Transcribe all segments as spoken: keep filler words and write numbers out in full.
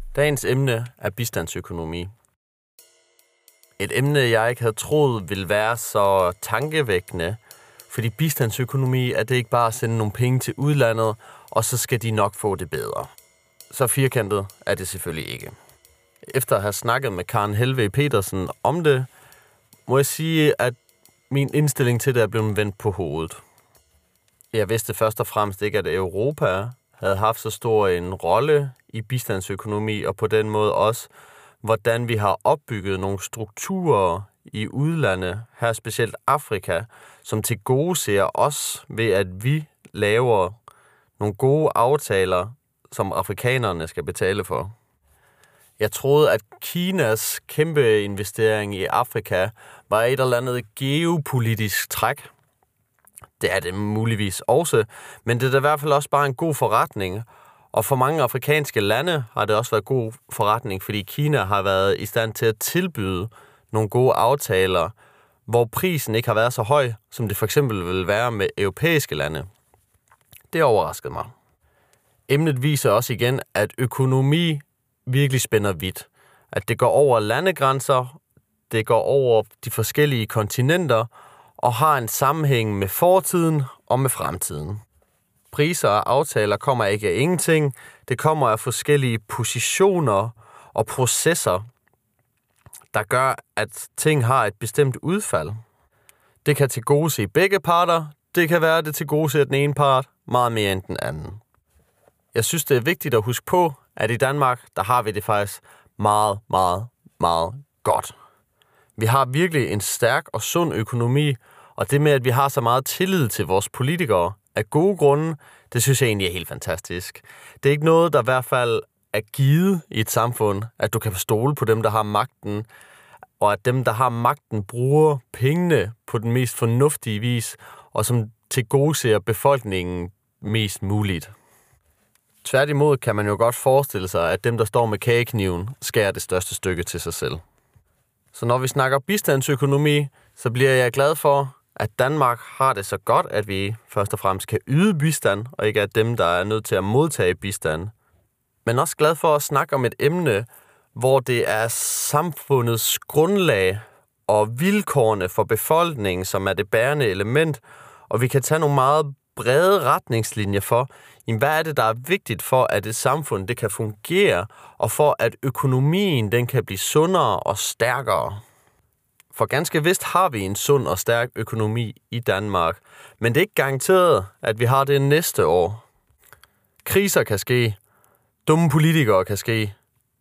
Dagens emne er bistandsøkonomi. Et emne, jeg ikke havde troet ville være så tankevækkende, fordi bistandsøkonomi er det ikke bare at sende nogle penge til udlandet, og så skal de nok få det bedre. Så firkantet er det selvfølgelig ikke. Efter at have snakket med Karen Helveg Petersen om det, må jeg sige, at min indstilling til det er blevet vendt på hovedet. Jeg vidste først og fremmest ikke, at Europa havde haft så stor en rolle i bistandsøkonomi, og på den måde også, hvordan vi har opbygget nogle strukturer i udlandet, her specielt Afrika, som tilgodeser os ved, at vi laver nogle gode aftaler, som afrikanerne skal betale for. Jeg troede, at Kinas kæmpe investering i Afrika var et eller andet geopolitisk træk. Det er det muligvis også, men det er da i hvert fald også bare en god forretning. Og for mange afrikanske lande har det også været god forretning, fordi Kina har været i stand til at tilbyde nogle gode aftaler, hvor prisen ikke har været så høj, som det for eksempel vil være med europæiske lande. Det overraskede mig. Emnet viser også igen, at økonomi virkelig spænder vidt. At det går over landegrænser, det går over de forskellige kontinenter, og har en sammenhæng med fortiden og med fremtiden. Priser og aftaler kommer ikke af ingenting. Det kommer af forskellige positioner og processer, der gør, at ting har et bestemt udfald. Det kan tilgodese begge parter. Det kan være, det tilgodeser den ene part meget mere end den anden. Jeg synes, det er vigtigt at huske på, at i Danmark, der har vi det faktisk meget, meget, meget godt. Vi har virkelig en stærk og sund økonomi, og det med, at vi har så meget tillid til vores politikere af gode grunde, det synes jeg egentlig er helt fantastisk. Det er ikke noget, der i hvert fald er givet i et samfund, at du kan stole på dem, der har magten, og at dem, der har magten, bruger pengene på den mest fornuftige vis, og som tilgodeser befolkningen mest muligt. Tværtimod kan man jo godt forestille sig, at dem, der står med kagekniven, skærer det største stykke til sig selv. Så når vi snakker bistandsøkonomi, så bliver jeg glad for, at Danmark har det så godt, at vi først og fremmest kan yde bistand, og ikke er dem, der er nødt til at modtage bistand. Men også glad for at snakke om et emne, hvor det er samfundets grundlag og vilkårene for befolkningen, som er det bærende element, og vi kan tage nogle meget brede retningslinjer for, jamen, hvad er det, der er vigtigt for, at et samfund det kan fungere, og for at økonomien den kan blive sundere og stærkere. For ganske vist har vi en sund og stærk økonomi i Danmark, men det er ikke garanteret, at vi har det næste år. Kriser kan ske. Dumme politikere kan ske.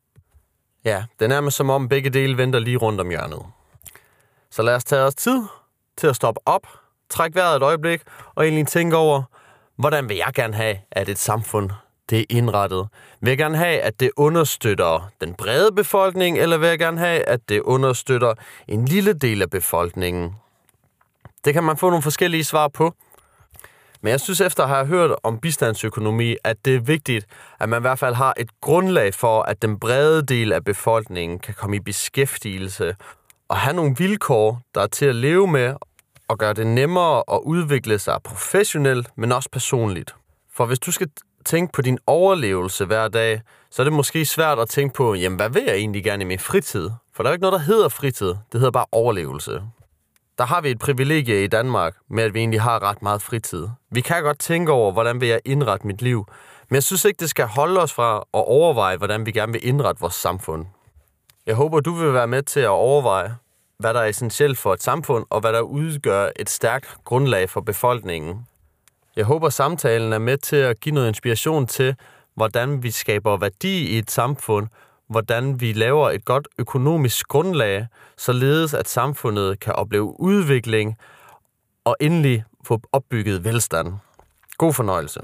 Ja, det er nærmest som om begge dele venter lige rundt om hjørnet. Så lad os tage os tid til at stoppe op, trække vejret et øjeblik, og egentlig tænke over, hvordan vil jeg gerne have, at et samfund det er indrettet? Vil jeg gerne have, at det understøtter den brede befolkning, eller vil jeg gerne have, at det understøtter en lille del af befolkningen? Det kan man få nogle forskellige svar på. Men jeg synes, efter at have hørt om bistandsøkonomi, at det er vigtigt, at man i hvert fald har et grundlag for, at den brede del af befolkningen kan komme i beskæftigelse og have nogle vilkår, der er til at leve med og gøre det nemmere at udvikle sig professionelt, men også personligt. For hvis du skal tænke på din overlevelse hver dag, så er det måske svært at tænke på, jamen hvad vil jeg egentlig gerne i min fritid? For der er jo ikke noget, der hedder fritid. Det hedder bare overlevelse. Der har vi et privilegie i Danmark med, at vi egentlig har ret meget fritid. Vi kan godt tænke over, hvordan vil jeg indrette mit liv. Men jeg synes ikke, det skal holde os fra at overveje, hvordan vi gerne vil indrette vores samfund. Jeg håber, du vil være med til at overveje, hvad der er essentielt for et samfund, og hvad der udgør et stærkt grundlag for befolkningen. Jeg håber, samtalen er med til at give noget inspiration til, hvordan vi skaber værdi i et samfund, hvordan vi laver et godt økonomisk grundlag, således at samfundet kan opleve udvikling og endelig få opbygget velstand. God fornøjelse.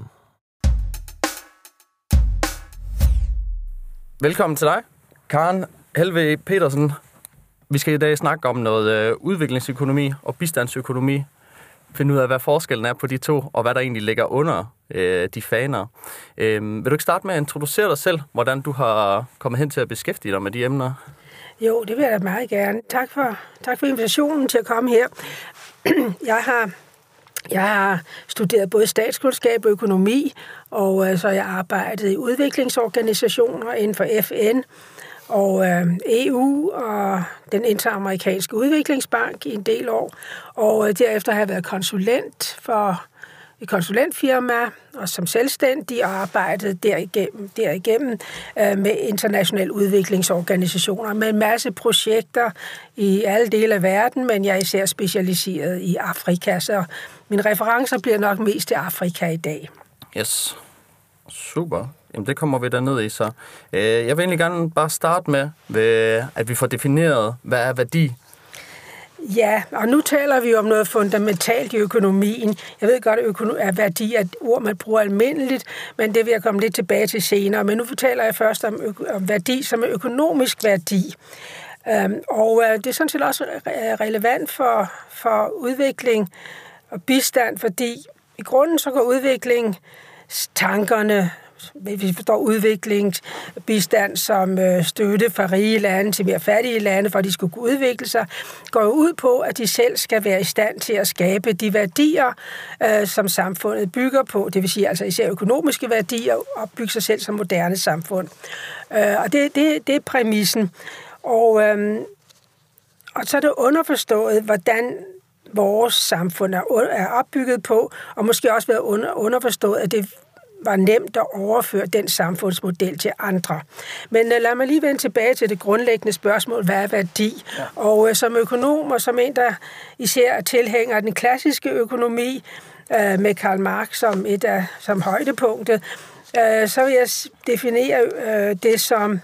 Velkommen til dig, Karen Helveg Petersen. Vi skal i dag snakke om noget øh, udviklingsøkonomi og bistandsøkonomi. Finde ud af, hvad forskellen er på de to, og hvad der egentlig ligger under øh, de faner. Øh, vil du ikke starte med at introducere dig selv, hvordan du har kommet hen til at beskæftige dig med de emner? Jo, det vil jeg da meget gerne. Tak for, tak for invitationen til at komme her. Jeg har Jeg har studeret både statskundskab og økonomi, og øh, så har jeg arbejdet i udviklingsorganisationer inden for F N og øh, E U og den interamerikanske udviklingsbank i en del år. Og øh, derefter har jeg været konsulent for et konsulentfirma og som selvstændig og arbejdet derigennem, derigennem øh, med internationale udviklingsorganisationer med en masse projekter i alle dele af verden, men jeg er især specialiseret i Afrika, så mine referencer bliver nok mest til Afrika i dag. Yes, super. Jamen, det kommer vi der ned i så. Jeg vil egentlig gerne bare starte med, at vi får defineret, hvad er værdi. Ja, og nu taler vi om noget fundamentalt i økonomien. Jeg ved godt, at økono- er værdi er et ord, man bruger almindeligt, men det vil jeg komme lidt tilbage til senere. Men nu fortæller jeg først om, ø- om værdi som er økonomisk værdi. Um, og uh, det er sådan set også re- relevant for, for udvikling og bistand, fordi i grunden så går udviklingstankerne, vi forstår udviklingsbistand som støtte fra rige lande til mere fattige lande, for at de skulle kunne udvikle sig, går jo ud på, at de selv skal være i stand til at skabe de værdier, som samfundet bygger på. Det vil sige altså især økonomiske værdier, og bygge sig selv som moderne samfund. Og det, det, det er præmissen. Og, og så er det underforstået, hvordan vores samfund er opbygget på, og måske også været under, underforstået, at det var nemt at overføre den samfundsmodel til andre. Men uh, lad mig lige vende tilbage til det grundlæggende spørgsmål, hvad er værdi? Ja. Og uh, som økonom, og som en, der især er tilhænger af den klassiske økonomi, uh, med Karl Marx som et af som højdepunktet, uh, så vil jeg definere uh, det som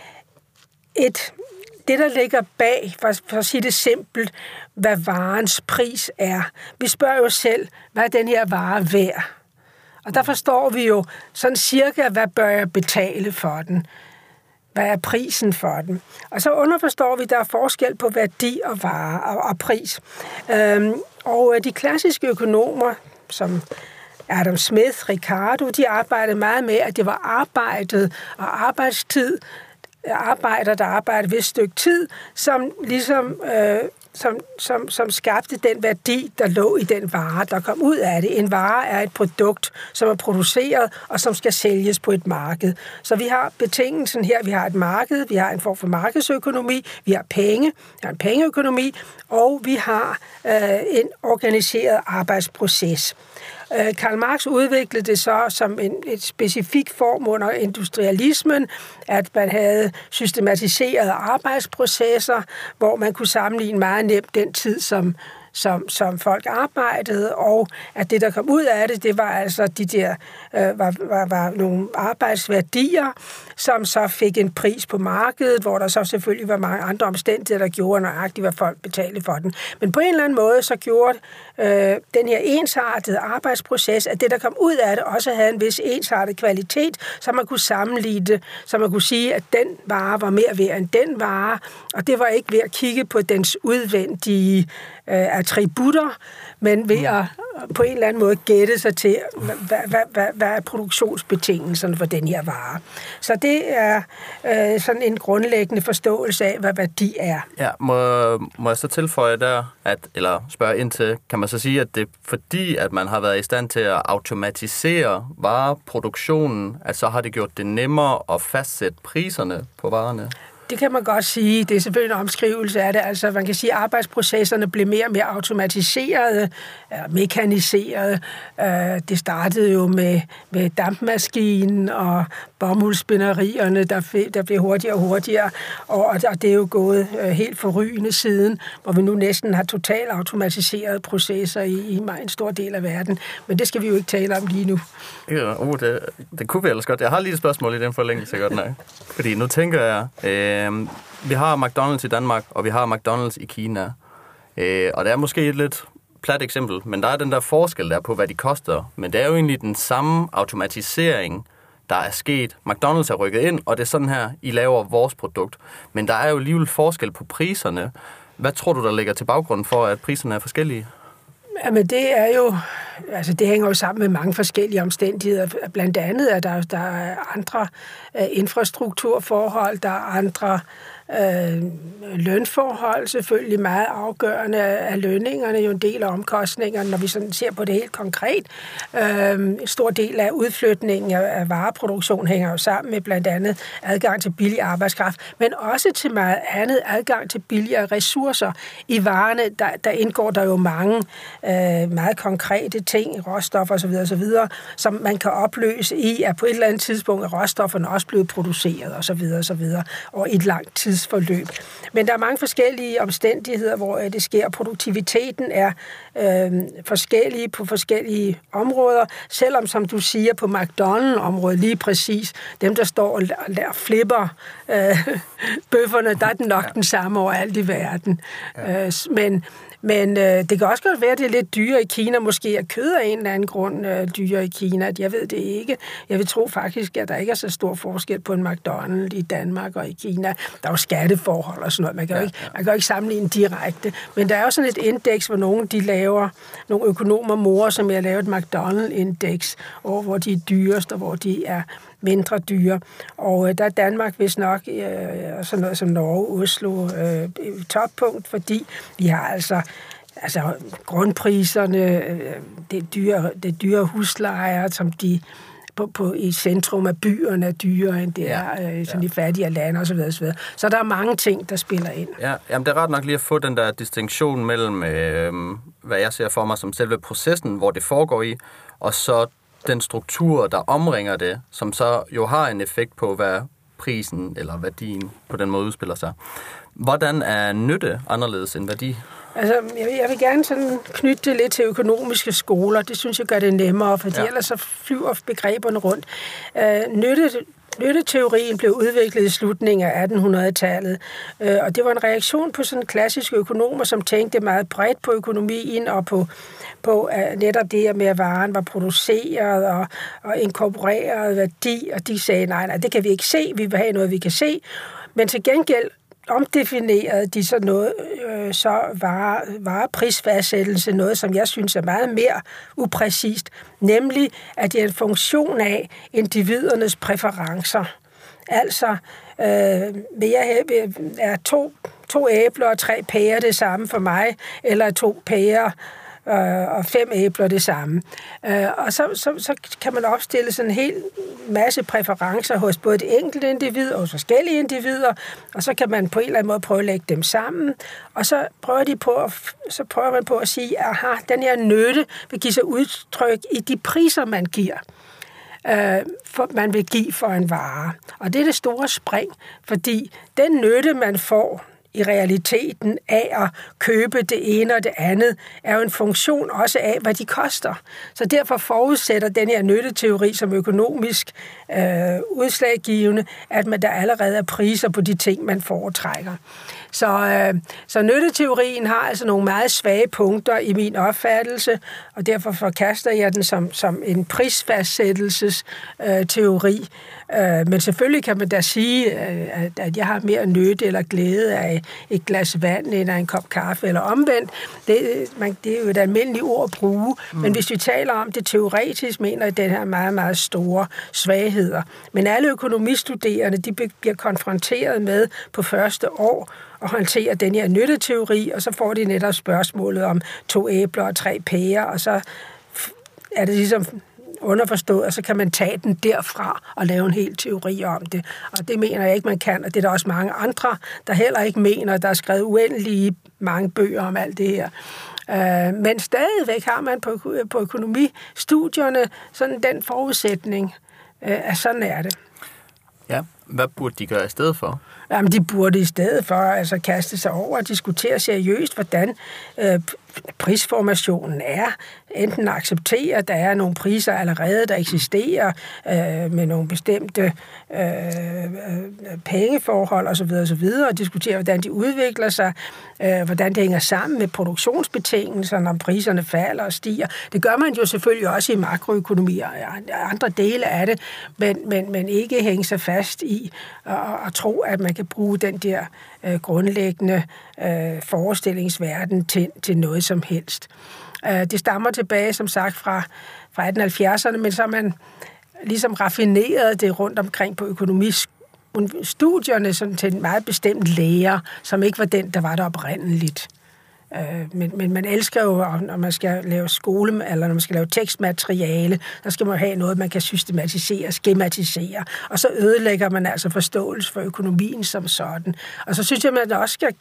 et det, der ligger bag, for, for at sige det simpelt, hvad varens pris er. Vi spørger jo selv, hvad er den her vare værd? Og der forstår vi jo sådan cirka, hvad bør jeg betale for den? Hvad er prisen for den? Og så underforstår vi, at der er forskel på værdi og vare og, og pris. Øhm, og de klassiske økonomer, som Adam Smith, Ricardo, de arbejdede meget med, at det var arbejdet og arbejdstid, arbejder, der arbejder ved et stykke tid, som ligesom øh, som, som, som skabte den værdi, der lå i den vare, der kom ud af det. En vare er et produkt, som er produceret, og som skal sælges på et marked. Så vi har betingelsen her, vi har et marked, vi har en form for markedsøkonomi, vi har penge, vi har en pengeøkonomi, og vi har øh, en organiseret arbejdsproces. Karl Marx udviklede det så som en et specifik form under industrialismen, at man havde systematiserede arbejdsprocesser, hvor man kunne sammenligne meget nemt den tid, som Som, som folk arbejdede, og at det, der kom ud af det, det var altså de der, øh, var, var, var nogle arbejdsværdier, som så fik en pris på markedet, hvor der så selvfølgelig var mange andre omstændigheder, der gjorde nøjagtigt, hvad folk betalte for den. Men på en eller anden måde, så gjorde øh, den her ensartede arbejdsproces, at det, der kom ud af det, også havde en vis ensartet kvalitet, så man kunne sammenligne det, så man kunne sige, at den vare var mere værd end den vare, og det var ikke ved at kigge på dens udvendige attributter, men ved at på en eller anden måde gætte sig til, hvad, hvad, hvad, hvad er produktionsbetingelserne for den her vare. Så det er øh, sådan en grundlæggende forståelse af, hvad værdi er. Ja, må, må jeg så tilføje der, at, eller spørge ind til, kan man så sige, at det er fordi, at man har været i stand til at automatisere vareproduktionen, at så har det gjort det nemmere at fastsætte priserne på varerne? Det kan man godt sige. Det er selvfølgelig en omskrivelse af det. Altså, man kan sige, at arbejdsprocesserne blev mere og mere automatiserede, mekaniserede. Det startede jo med, med dampmaskinen og bomuldsspinderierne, der, der blev hurtigere og hurtigere. Og, og det er jo gået helt forrygende siden, hvor vi nu næsten har totalt automatiserede processer i, i en stor del af verden. Men det skal vi jo ikke tale om lige nu. Ja, uh, det, det kunne vi ellers godt. Jeg har lige et spørgsmål i den forlængelse, godt nok. Fordi nu tænker jeg... Øh, vi har McDonald's i Danmark, og vi har McDonald's i Kina. Øh, og det er måske et lidt plat eksempel, men der er den der forskel der på, hvad de koster. Men det er jo egentlig den samme automatisering, der er sket. McDonald's er rykket ind, og det er sådan her, I laver vores produkt. Men der er jo alligevel forskel på priserne. Hvad tror du, der ligger til baggrunden for, at priserne er forskellige? Jamen det er jo, altså det hænger jo sammen med mange forskellige omstændigheder. Blandt andet er der, der er andre uh, infrastrukturforhold, der er andre Øh, lønforhold selvfølgelig meget afgørende af lønningerne, jo en del af omkostningerne, når vi sådan ser på det helt konkret. Øh, en stor del af udflytningen af, af vareproduktion hænger jo sammen med blandt andet adgang til billig arbejdskraft, men også til meget andet adgang til billigere ressourcer. I varerne, der, der indgår der jo mange øh, meget konkrete ting, råstoffer osv., osv., som man kan opløse i, at på et eller andet tidspunkt er råstofferne også blevet produceret osv., osv., over et langt tidsforløb. Men der er mange forskellige omstændigheder, hvor det sker. Produktiviteten er øh, forskellige på forskellige områder, selvom, som du siger, på McDonald's-området lige præcis, dem, der står og der flipper øh, bøfferne, der er den nok ja. den samme overalt i verden. Ja. Øh, men Men øh, det kan også godt være, at det er lidt dyrere i Kina. Måske er kød af en eller anden grund øh, dyrere i Kina. Jeg ved det ikke. Jeg vil tro faktisk, at der ikke er så stor forskel på en McDonald's i Danmark og i Kina. Der er jo skatteforhold og sådan noget. Man kan jo ikke, man kan jo ikke sammenligne direkte. Men der er jo sådan et indeks, hvor nogle de laver, nogle økonomer morer, som jeg laver et McDonald's-indeks, over hvor de er dyrest og hvor de er mindre dyre. Og øh, der er Danmark vist nok øh, sådan noget som Norge, Oslo øh, toppunkt, fordi vi har altså altså grundpriserne, øh, det dyre det dyre huslejer, som de på, på i centrum af byerne er dyrere end det er øh, sådan ja. de fattige lande osv. osv. Så der er mange ting, der spiller ind. Ja, jamen det er ret nok lige at få den der distinktion mellem, øh, hvad jeg ser for mig som selve processen, hvor det foregår i, og så den struktur, der omringer det, som så jo har en effekt på, hvad prisen eller værdien på den måde udspiller sig. Hvordan er nytte anderledes end værdi? Altså, jeg vil, jeg vil gerne sådan knytte det lidt til økonomiske skoler. Det synes jeg gør det nemmere, fordi ja. ellers så flyver begreberne rundt. Uh, nytte Nytteteorien blev udviklet i slutningen af attenhundredetallet, og det var en reaktion på sådan klassiske økonomer, som tænkte meget bredt på økonomien og på, på netop det med, at varen var produceret og, og inkorporeret værdi, og de sagde, nej, nej, det kan vi ikke se, vi vil have noget, vi kan se, men til gengæld omdefinerede de så noget, øh, så var, var prisfastsættelse noget, som jeg synes er meget mere upræcist, nemlig at det er en funktion af individernes præferencer. Altså, øh, vil jeg have, er to, to æbler og tre pærer det samme for mig, eller to pærer og fem æbler det samme. Og så, så, så kan man opstille sådan en hel masse præferencer hos både et enkelt individ og hos forskellige individer, og så kan man på en eller anden måde prøve at lægge dem sammen, og så prøver, de på at, så prøver man på at sige, aha, den her nytte vil give sig udtryk i de priser, man giver. For, man vil give for en vare. Og det er det store spring, fordi den nytte, man får i realiteten af at købe det ene og det andet, er jo en funktion også af, hvad de koster. Så derfor forudsætter den her nytteteori som økonomisk øh, udslaggivende, at man der allerede er priser på de ting, man foretrækker. Så, øh, så nytteteorien har altså nogle meget svage punkter i min opfattelse, og derfor forkaster jeg den som, som en prisfastsættelsesteori. Øh, men selvfølgelig kan man da sige, at, at jeg har mere nytte eller glæde af et glas vand end af en kop kaffe, eller omvendt. Det, man, det er jo et almindeligt ord at bruge, mm. men hvis vi taler om det teoretisk, mener jeg, den her meget, meget store svagheder. Men alle økonomistuderende, de bliver konfronteret med på første år, og håndtere den her nytteteori, og så får de netop spørgsmålet om to æbler og tre pærer, og så er det ligesom underforstået, og så kan man tage den derfra og lave en hel teori om det. Og det mener jeg ikke, man kan, og det er der også mange andre, der heller ikke mener, der er skrevet uendelige mange bøger om alt det her. Men stadigvæk har man på økonomistudierne sådan den forudsætning, at sådan er det. Ja, hvad burde de gøre i stedet for? Jamen, de burde i stedet for altså kaste sig over og diskutere seriøst, hvordan øh, prisformationen er. Enten acceptere, at der er nogle priser allerede, der eksisterer øh, med nogle bestemte øh, pengeforhold osv. osv. og diskutere, hvordan de udvikler sig, øh, hvordan det hænger sammen med produktionsbetingelserne, når priserne falder og stiger. Det gør man jo selvfølgelig også i makroøkonomi og andre dele af det, men, men, men ikke hænge sig fast i at, at tro, at man kan bruge den der øh, grundlæggende øh, forestillingsverden til, til noget som helst. Øh, det stammer tilbage, som sagt, fra, fra atten halvfjerdserne, men så har man ligesom raffineret det rundt omkring på økonomisk studierne sådan til en meget bestemt lærer, som ikke var den, der var der oprindeligt. Men, men man elsker jo, når man skal lave skole, eller når man skal lave tekstmateriale, der skal man have noget, man kan systematisere, skematisere, og så ødelægger man altså forståelse for økonomien som sådan. Og så synes jeg, at man også skal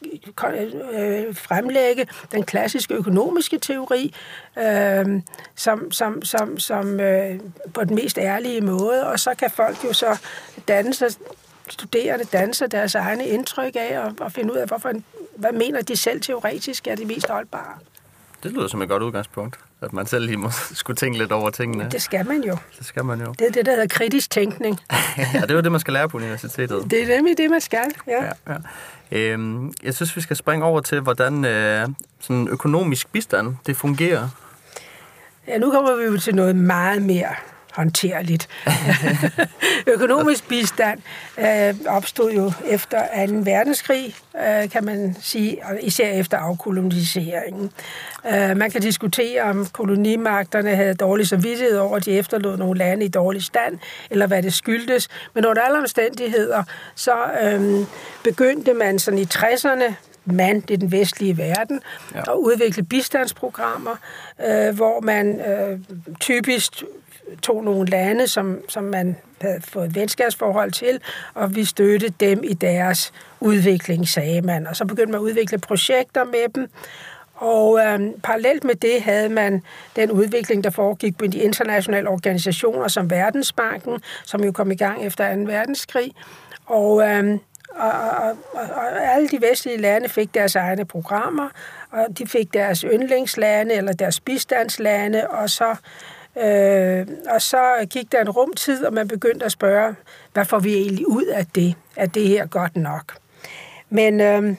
fremlægge den klassiske økonomiske teori, øh, som, som, som, som øh, på den mest ærlige måde, og så kan folk jo så danne sig, studerende danse deres egne indtryk af, og, og finde ud af, hvorfor en hvad mener de selv teoretisk er det mest holdbare? Det lyder som et godt udgangspunkt, at man selv lige må skulle tænke lidt over tingene. Det skal man jo. Det skal man jo. Det er det, der hedder kritisk tænkning. Ja, det er jo det, man skal lære på universitetet. Det er nemlig det, man skal, ja. ja, ja. Øhm, jeg synes, vi skal springe over til, hvordan øh, sådan økonomisk bistand, det fungerer. Ja, nu kommer vi jo til noget meget mere håndterligt. Økonomisk bistand øh, opstod jo efter anden verdenskrig, øh, kan man sige, og især efter afkoloniseringen. Øh, man kan diskutere, om kolonimagterne havde dårlig samvittighed over, at de efterlod nogle lande i dårlig stand, eller hvad det skyldtes. Men under alle omstændigheder, så øh, begyndte man sådan i tresserne, man, det er den vestlige verden, ja. At udvikle bistandsprogrammer, øh, hvor man øh, typisk tog nogle lande, som, som man havde fået et venskabsforhold til, og vi støttede dem i deres udvikling, sagde man. Og så begyndte man at udvikle projekter med dem, og øh, parallelt med det havde man den udvikling, der foregik med de internationale organisationer som Verdensbanken, som jo kom i gang efter anden verdenskrig, og øh, Og, og, og, og alle de vestlige lande fik deres egne programmer, og de fik deres yndlingslande eller deres bistandslande, og så, øh, og så gik der en rumtid, og man begyndte at spørge, hvad får vi egentlig ud af det? Er det her godt nok? Men øh,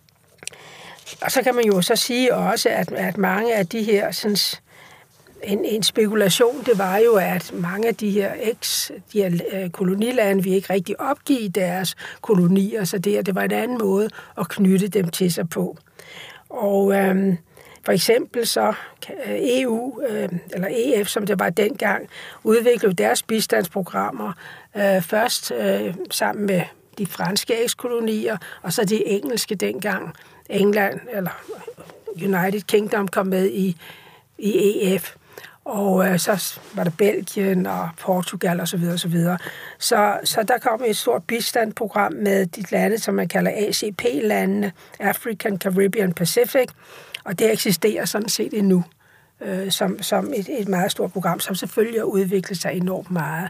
og så kan man jo så sige også, at, at mange af de her sådan, En, en spekulation, det var jo, at mange af de her eks, de her kolonilande, vi ikke rigtig opgive deres kolonier, så det, det var en anden måde at knytte dem til sig på. Og øhm, for eksempel så E U, øh, eller E F, som det var dengang, udviklede deres bistandsprogrammer øh, først øh, sammen med de franske ekskolonier, og så de engelske dengang. England, eller United Kingdom, kom med i, i E F. Og øh, så var der Belgien og Portugal og så videre, og så videre. Så, så der kom et stort bistandprogram med de lande, som man kalder A C P-landene, African, Caribbean, Pacific, og det eksisterer sådan set endnu øh, som, som et, et meget stort program, som selvfølgelig har udviklet sig enormt meget.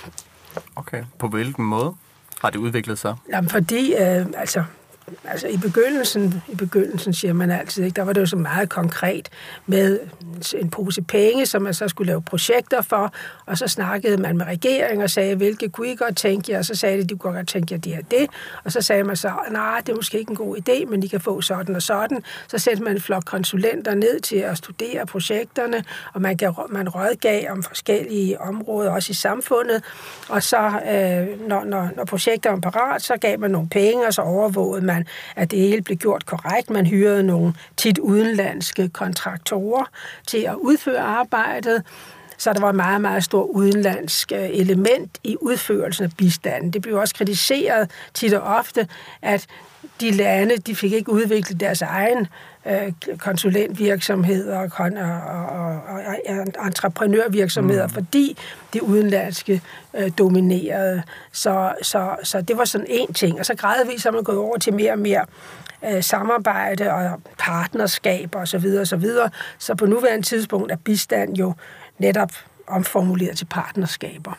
Okay, på hvilken måde har det udviklet sig? Jamen fordi, øh, altså... Altså i begyndelsen, i begyndelsen siger man altid, ikke, der var det jo så meget konkret med en pose penge, som man så skulle lave projekter for, og så snakkede man med regeringen og sagde, hvilke kunne I godt tænke jer, og så sagde de, de kunne godt tænke jer det og det, og så sagde man så, nej, det er måske ikke en god idé, men I kan få sådan og sådan. Så sendte man en flok konsulenter ned til at studere projekterne, og man, kan, man rådgav om forskellige områder, også i samfundet, og så, øh, når, når, når projekter var parat, så gav man nogle penge, og så overvågede man, at det hele blev gjort korrekt. Man hyrede nogle tit udenlandske kontraktorer til at udføre arbejdet, så der var meget, meget stor udenlandsk element i udførelsen af bistanden. Det blev også kritiseret tit og ofte, at de lande, de fik ikke udviklet deres egen øh, konsulentvirksomheder og, og, og, og entreprenørvirksomheder, mm. fordi de udenlandske øh, dominerede. Så, så, så det var sådan en ting. Og så gradvist har man gået over til mere og mere øh, samarbejde og partnerskaber osv. osv. Så på nuværende tidspunkt er bistand jo netop omformuleret til partnerskaber.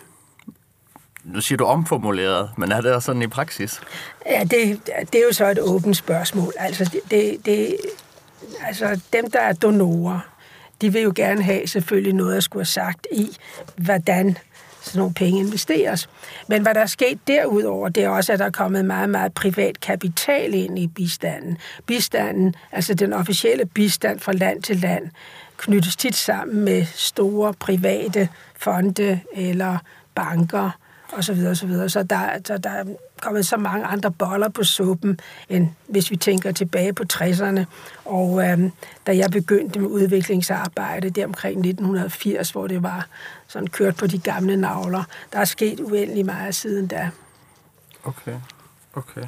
Nu siger du omformuleret, men er det også sådan i praksis? Ja, det, det er jo så et åbent spørgsmål. Altså, det, det, det, altså dem, der er donorer, de vil jo gerne have selvfølgelig noget at skulle have sagt i, hvordan sådan nogle penge investeres. Men hvad der er sket derudover, det er også, at der er kommet meget, meget privat kapital ind i bistanden. Bistanden, altså den officielle bistand fra land til land, knyttes tit sammen med store private fonde eller banker, og så videre, og så videre. Så der, så der er kommet så mange andre boller på suppen, end hvis vi tænker tilbage på tresserne. Og øhm, da jeg begyndte med udviklingsarbejde, der omkring nitten firs, hvor det var sådan kørt på de gamle navler, der er sket uendelig meget siden da. Okay, okay.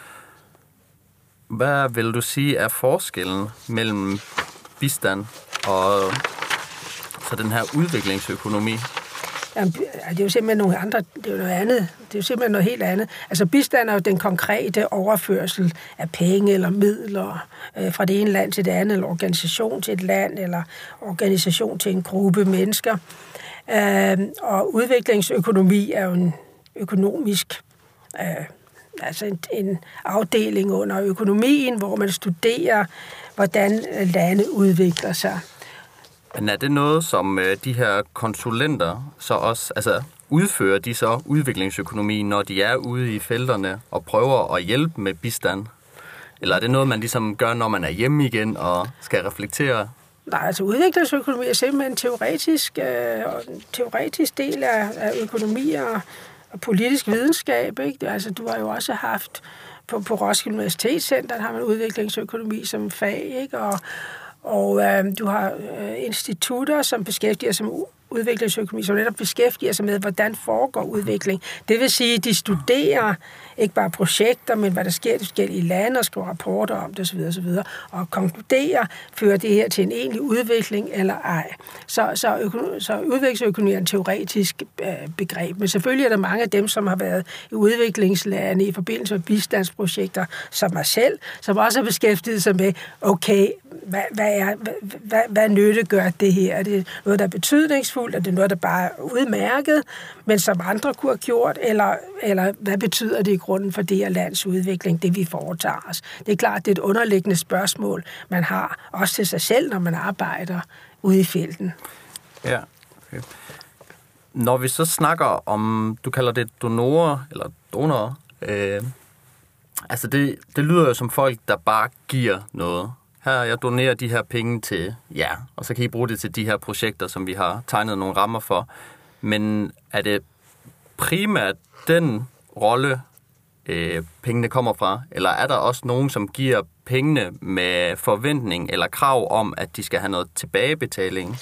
Hvad vil du sige er forskellen mellem bistand og så den her udviklingsøkonomi? Jamen, det er jo simpelthen nogle andre, det er jo noget andet. Det er jo simpelthen noget helt andet. Altså bistand er jo den konkrete overførsel af penge eller midler øh, fra det ene land til det andet, eller organisation til et land, eller organisation til en gruppe mennesker. Øh, og udviklingsøkonomi er jo en økonomisk, øh, altså en, en afdeling under økonomien, hvor man studerer, hvordan lande udvikler sig. Men er det noget, som øh, de her konsulenter så også, altså udfører de så udviklingsøkonomi, når de er ude i felterne og prøver at hjælpe med bistand? Eller er det noget, man ligesom gør, når man er hjemme igen og skal reflektere? Nej, altså udviklingsøkonomi er simpelthen en teoretisk, øh, en teoretisk del af, af økonomi og, og politisk videnskab. Ikke? Altså, du har jo også haft på, på Roskilde Universitetscenter, har man udviklingsøkonomi som fag, ikke? Og Og øh, du har øh, institutter, som beskæftiger sig med udviklingsøkonomi, som netop beskæftiger sig med, hvordan foregår udvikling. Det vil sige, at de studerer ikke bare projekter, men hvad der sker i de forskellige lande, og skriver rapporter om det osv. osv. Og konkluderer, fører det her til en egentlig udvikling eller ej. Så, så, økonom, så udviklingsøkonomi er en teoretisk øh, begreb, men selvfølgelig er der mange af dem, som har været i udviklingslande i forbindelse med bistandsprojekter, som mig selv, som også har beskæftiget sig med, okay, hvad, hvad, er, hvad, hvad, hvad nytte gør det her? Er det noget, der er betydningsfuldt? Er det noget, der bare er udmærket, men som andre kunne have gjort? Eller, eller hvad betyder det i grunden for det her lands udvikling, det vi foretager os? Det er klart, det er et underliggende spørgsmål, man har også til sig selv, når man arbejder ude i felten. Ja, okay. Når vi så snakker om, du kalder det donorer, eller donorer, øh, altså det, det lyder jo som folk, der bare giver noget. Her, jeg donerer de her penge til ja, og så kan I bruge det til de her projekter, som vi har tegnet nogle rammer for. Men er det primært den rolle, øh, pengene kommer fra, eller er der også nogen, som giver pengene med forventning eller krav om, at de skal have noget tilbagebetaling?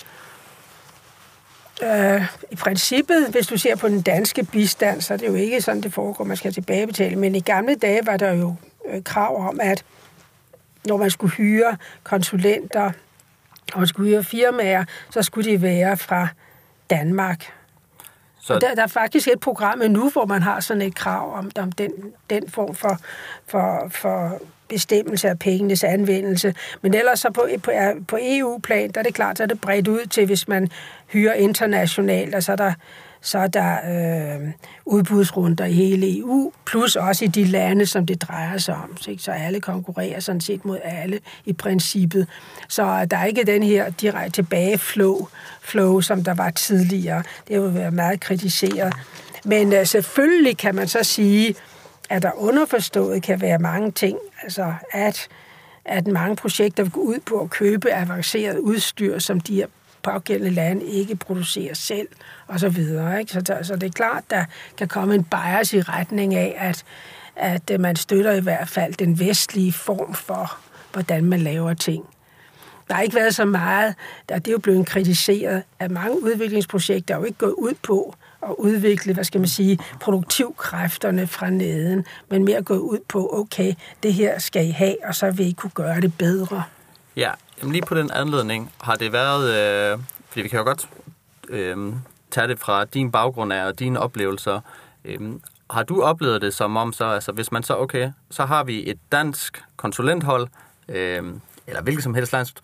Øh, I princippet, hvis du ser på den danske bistand, så er det jo ikke sådan, det foregår, man skal tilbagebetale. Men i gamle dage var der jo øh, krav om, at når man skulle hyre konsulenter, og man skulle hyre firmaer, så skulle de være fra Danmark. Så der, der er faktisk et program nu, hvor man har sådan et krav om, om den, den form for, for, for bestemmelse af pengenes anvendelse. Men ellers så på, på, på E U-plan, der er det klart, så er det bredt ud til, hvis man hyrer internationalt, og så er der så er der øh, udbudsrunder i hele E U, plus også i de lande, som det drejer sig om. Så, så alle konkurrerer sådan set mod alle i princippet. Så der er ikke den her direkte tilbageflow, flow, som der var tidligere. Det har jo været meget kritiseret. Men øh, selvfølgelig kan man så sige, at der underforstået kan være mange ting. Altså at, at mange projekter går ud på at købe avanceret udstyr, som de her pågældende lande ikke producerer selv, og så videre. Ikke? Så, der, så det er klart, der kan komme en bias i retning af, at, at man støtter i hvert fald den vestlige form for, hvordan man laver ting. Der har ikke været så meget, der det er jo blevet kritiseret, at mange udviklingsprojekter er jo ikke gået ud på at udvikle, hvad skal man sige, produktivkræfterne fra neden, men mere gået ud på, okay, det her skal I have, og så vil I kunne gøre det bedre. Ja, jamen lige på den anledning har det været, øh, fordi vi kan jo godt øh, tage det fra din baggrund af og dine oplevelser. Øh, har du oplevet det som om så, altså hvis man så, okay, så har vi et dansk konsulenthold, øh, eller hvilket som helst land,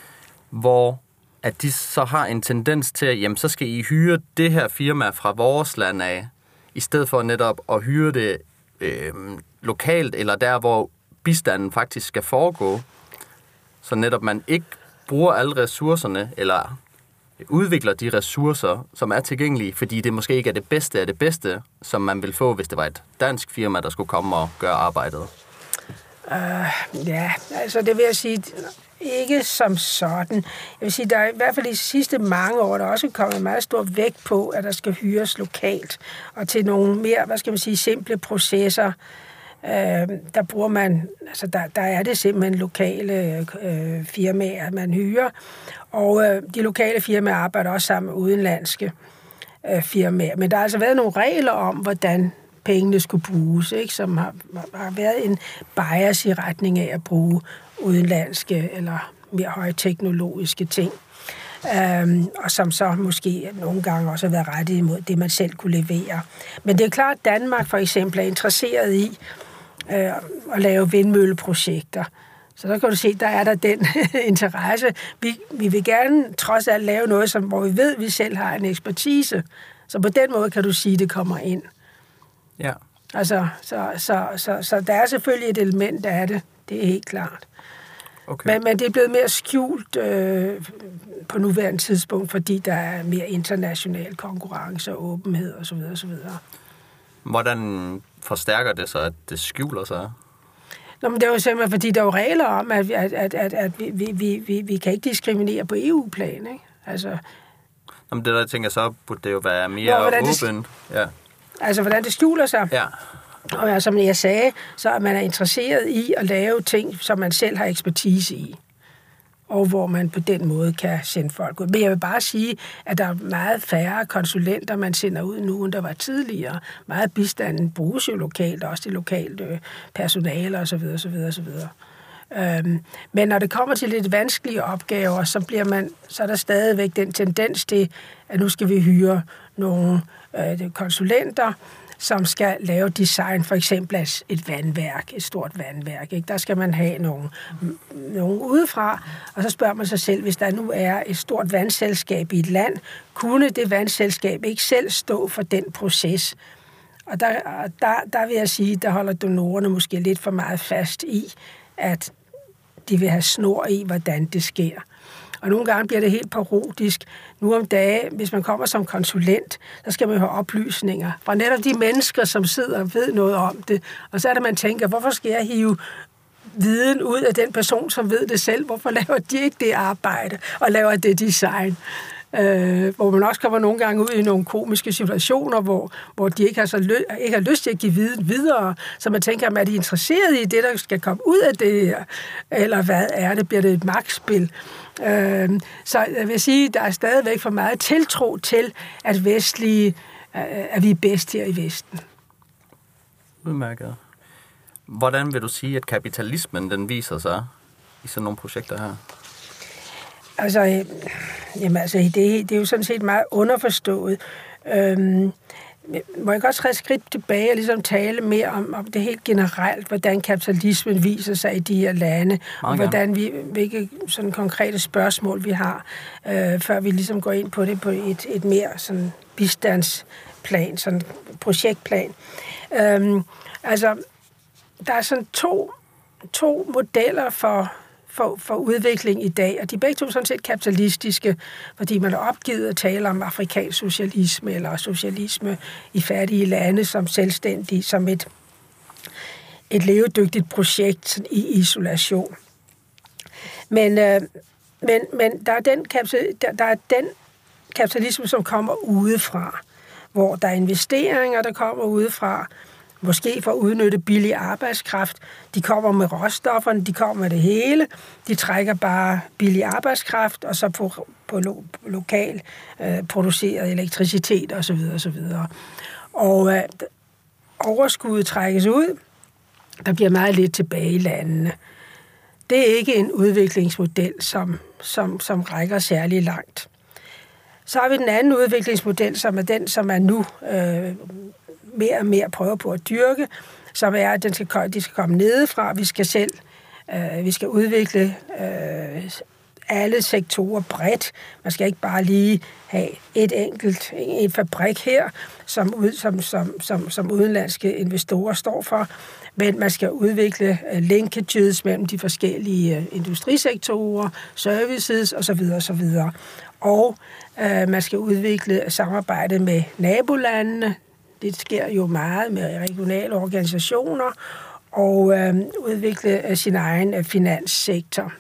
hvor at de så har en tendens til, at jamen, så skal I hyre det her firma fra vores land af, i stedet for netop at hyre det øh, lokalt, eller der, hvor bistanden faktisk skal foregå. Så netop man ikke bruger alle ressourcerne, eller udvikler de ressourcer, som er tilgængelige, fordi det måske ikke er det bedste af det bedste, som man vil få, hvis det var et dansk firma, der skulle komme og gøre arbejdet. Uh, ja, altså det vil jeg sige, ikke som sådan. Jeg vil sige, der er i hvert fald de sidste mange år, der er også kommet meget stor vægt på, at der skal hyres lokalt, og til nogle mere, hvad skal man sige, simple processer. Øh, der bruger man, altså der, der er det simpelthen lokale øh, firmaer, man hyrer, og øh, de lokale firmaer arbejder også sammen med udenlandske øh, firmaer. Men der har altså været nogle regler om, hvordan pengene skulle bruges, ikke? Som har, har været en bias i retning af at bruge udenlandske eller mere højteknologiske ting. Øhm, og som så måske nogle gange også har været rettet imod det, man selv kunne levere. Men det er klart, at Danmark for eksempel er interesseret i øh, at lave vindmølleprojekter. Så der kan du se, der er der den interesse. Vi, vi vil gerne trods alt lave noget, som, hvor vi ved, at vi selv har en ekspertise. Så på den måde kan du sige, at det kommer ind. Ja. Altså, så, så, så, så der er selvfølgelig et element af det. Det er helt klart. Okay. Men, men det er blevet mere skjult øh, på nuværende tidspunkt, fordi der er mere international konkurrence og åbenhed osv. osv. Hvordan forstærker det så, at det skjuler sig? Nå, men det er jo simpelthen, fordi der er jo regler om, at, at, at, at, at vi, vi, vi, vi kan ikke diskriminere på E U-plan, ikke? Altså... Nå, men det der, jeg tænker, så burde det jo være mere Nå, åbent. Det, ja. Altså, hvordan det skjuler sig. Ja. Og ja, som jeg sagde, så er man interesseret i at lave ting, som man selv har ekspertise i. Og hvor man på den måde kan sende folk ud. Men jeg vil bare sige, at der er meget færre konsulenter, man sender ud nu, end der var tidligere. Meget bistanden bruges jo lokalt, også det lokale personale osv. osv., osv. Øhm, men når det kommer til lidt vanskelige opgaver, så, bliver man, så er der stadigvæk den tendens til, at nu skal vi hyre nogle øh, konsulenter, som skal lave design, for eksempel af et vandværk, et stort vandværk. Ikke? Der skal man have nogen, nogen udefra, og så spørger man sig selv, hvis der nu er et stort vandselskab i et land, kunne det vandselskab ikke selv stå for den proces? Og der, der, der vil jeg sige, der holder donorerne måske lidt for meget fast i, at de vil have snor i, hvordan det sker. Og nogle gange bliver det helt parodisk. Nu om dage, hvis man kommer som konsulent, så skal man have oplysninger fra netop de mennesker, som sidder og ved noget om det. Og så er det, man tænker, hvorfor skal jeg hive viden ud af den person, som ved det selv? Hvorfor laver de ikke det arbejde og laver det design? Øh, hvor man også kommer nogle gange ud i nogle komiske situationer, hvor, hvor de ikke har, så lø- ikke har lyst til at give viden videre. Så man tænker, er de interesseret i det, der skal komme ud af det her? Eller hvad er det? Bliver det et magtspil? Øh, så jeg vil sige, der er stadigvæk for meget tiltro til, at vestlige, at vi er bedst her i Vesten. Udmærket. Hvordan vil du sige, at kapitalismen den viser sig i sådan nogle projekter her? Altså, jamen, altså det, det er jo sådan set meget underforstået. Øhm, må jeg godt træde skridt tilbage og ligesom tale mere om, om det helt generelt, hvordan kapitalismen viser sig i de her lande, og hvordan vi, hvilke sådan konkrete spørgsmål vi har, øh, før vi ligesom går ind på det på et, et mere sådan bistandsplan, sådan projektplan. Øhm, altså, der er sådan to, to modeller for For, for udvikling i dag, og de er begge to sådan set kapitalistiske, fordi man har opgivet at tale om afrikansk socialisme eller socialisme i fattige lande som selvstændige, som et, et levedygtigt projekt i isolation. Men, øh, men, men der, er den der, der er den kapitalisme, som kommer udefra, hvor der er investeringer, der kommer udefra, måske for at udnytte billig arbejdskraft. De kommer med råstofferne, de kommer med det hele. De trækker bare billig arbejdskraft, og så på, på lo, lokal øh, produceret elektricitet osv. osv. Og øh, overskuddet trækkes ud. Der bliver meget lidt tilbage i landene. Det er ikke en udviklingsmodel, som, som, som rækker særlig langt. Så har vi den anden udviklingsmodel, som er den, som er nu øh, mere og mere prøver på at dyrke, som er, at den skal, de skal komme nedefra. Vi skal selv øh, vi skal udvikle øh, alle sektorer bredt. Man skal ikke bare lige have et enkelt en fabrik her, som, ud, som, som, som, som udenlandske investorer står for, men man skal udvikle øh, linkages mellem de forskellige øh, industrisektorer, services osv. osv. Og øh, man skal udvikle samarbejde med nabolandene. Det sker jo meget med regionale organisationer og øh, udvikle øh, sin egen øh, finanssektor.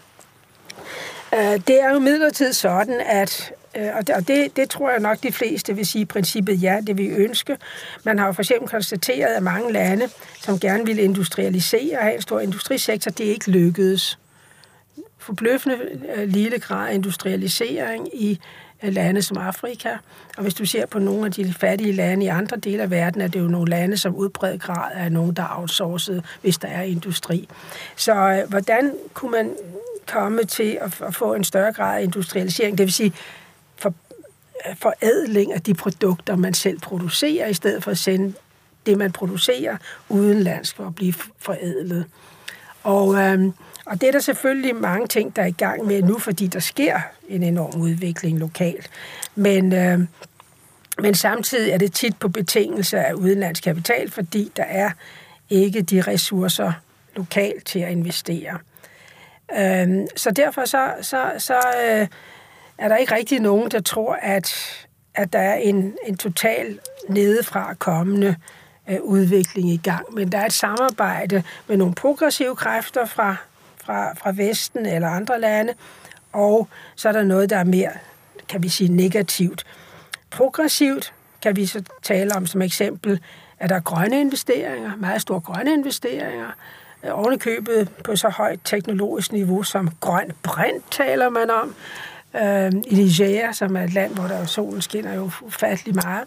Øh, det er jo midlertidigt sådan, at, øh, og det, det tror jeg nok de fleste vil sige i princippet ja, det vi ønsker. Man har jo for eksempel konstateret, at mange lande, som gerne ville industrialisere og have en stor industrisektor, det ikke lykkedes. Forbløffende øh, lille grad af industrialisering i lande som Afrika. Og hvis du ser på nogle af de fattige lande i andre dele af verden, er det jo nogle lande, som udbredt grad er nogen, der er outsourcet, hvis der er industri. Så øh, hvordan kunne man komme til at, at få en større grad af industrialisering, det vil sige for, forædling af de produkter, man selv producerer, i stedet for at sende det, man producerer, udenlandsk for at blive forædlet. Og, øhm, og det er der selvfølgelig mange ting, der er i gang med nu, fordi der sker en enorm udvikling lokalt. Men, øhm, men samtidig er det tit på betingelse af udenlandsk kapital, fordi der er ikke de ressourcer lokalt til at investere. Øhm, så derfor så, så, så øh, er der ikke rigtig nogen, der tror, at, at der er en, en total nedefra kommende øh, udvikling i gang. Men der er et samarbejde med nogle progressive kræfter fra, fra, fra Vesten eller andre lande, og så er der noget, der er mere, kan vi sige, negativt. Progressivt kan vi så tale om som eksempel, at der er grønne investeringer, meget store grønne investeringer, ovenikøbet på så højt teknologisk niveau som grøn brint, taler man om. Øh, I Nigeria, som er et land, hvor der solen skinner jo ufattelig meget.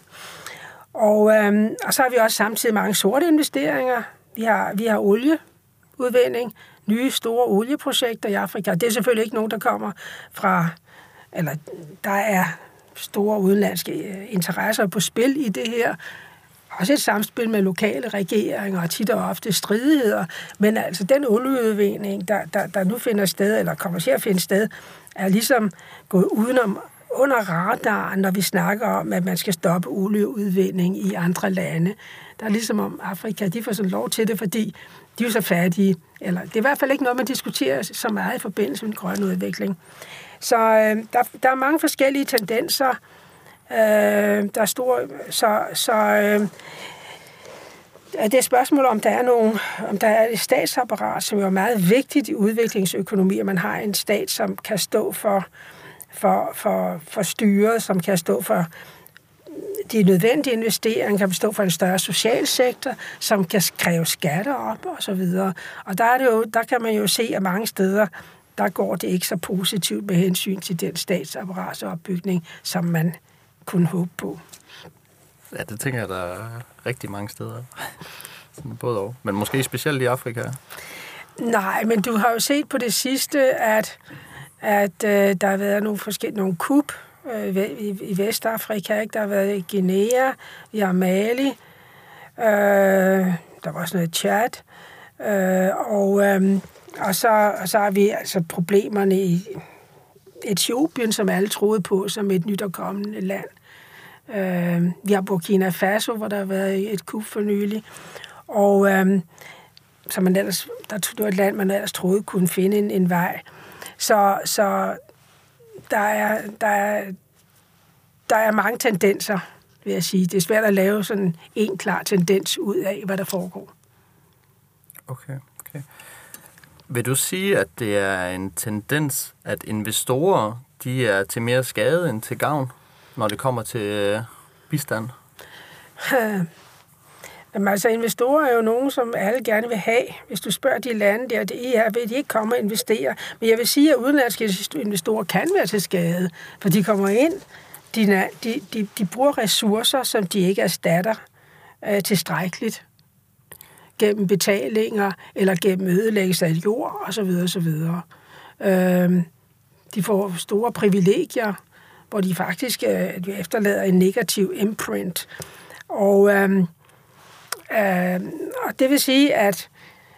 Og, øh, og så har vi også samtidig mange sorte investeringer. Vi har, vi har olieudvinding, nye store olieprojekter i Afrika. Det er selvfølgelig ikke nogen, der kommer fra, eller der er store udenlandske interesser på spil i det her. Også et samspil med lokale regeringer og tit og ofte stridigheder. Men altså den olieudvinding, der, der, der nu finder sted, eller kommer til at finde sted, er ligesom gået udenom under radaren, når vi snakker om, at man skal stoppe olieudvinding i andre lande. Der er ligesom om Afrika, de får sådan lov til det, fordi de er så fattige. Eller det er i hvert fald ikke noget, man diskuterer så meget i forbindelse med en grøn udvikling. Så øh, der, der er mange forskellige tendenser. Øh, der er store, så, så øh, det er et spørgsmål, om der er nogle, om der er et statsapparat, som er meget vigtigt i udviklingsøkonomi, at man har en stat, som kan stå for, for, for, for styret, som kan stå for de nødvendige investeringer, kan stå for en større social sektor, som kan kræve skatter op og så videre. Og der, er det jo, der kan man jo se, at mange steder, der går det ikke så positivt med hensyn til den statsapparatopbygning, som man kunne håbe på. Ja, det tænker jeg, der er rigtig mange steder. Sådan både og. Men måske specielt i Afrika. Nej, men du har jo set på det sidste, at, at øh, der har været nogle forskellige nogle kup øh, i, i Vestafrika. Ikke? Der har været i Guinea, i Mali, øh, der var også noget Chad, øh, og, øh, og, så, og så har vi altså problemerne i Etiopien, som alle troede på som et nyt og kommende land. Øh, vi har Burkina Faso, hvor der har været et kup for nylig. Og øh, så man ellers, der det var et land, man ellers troede kunne finde en, en vej. Så, så der, er, der, er, der er mange tendenser, vil jeg sige. Det er svært at lave sådan en klar tendens ud af, hvad der foregår. Okay, okay. Vil du sige, at det er en tendens, at investorer, de er til mere skade end til gavn, når det kommer til øh, bistand? Jamen altså, investorer er jo nogen, som alle gerne vil have. Hvis du spørger de lande der, det er, vil de ikke komme og investere. Men jeg vil sige, at udenlandske investorer kan være til skade, for de kommer ind, de, de, de, de bruger ressourcer, som de ikke erstatter øh, tilstrækkeligt gennem betalinger eller gennem ødelæggelse af jord osv. osv. Øh, de får store privilegier, hvor de faktisk øh, efterlader en negativ imprint. Og, øh, øh, og det vil sige, at,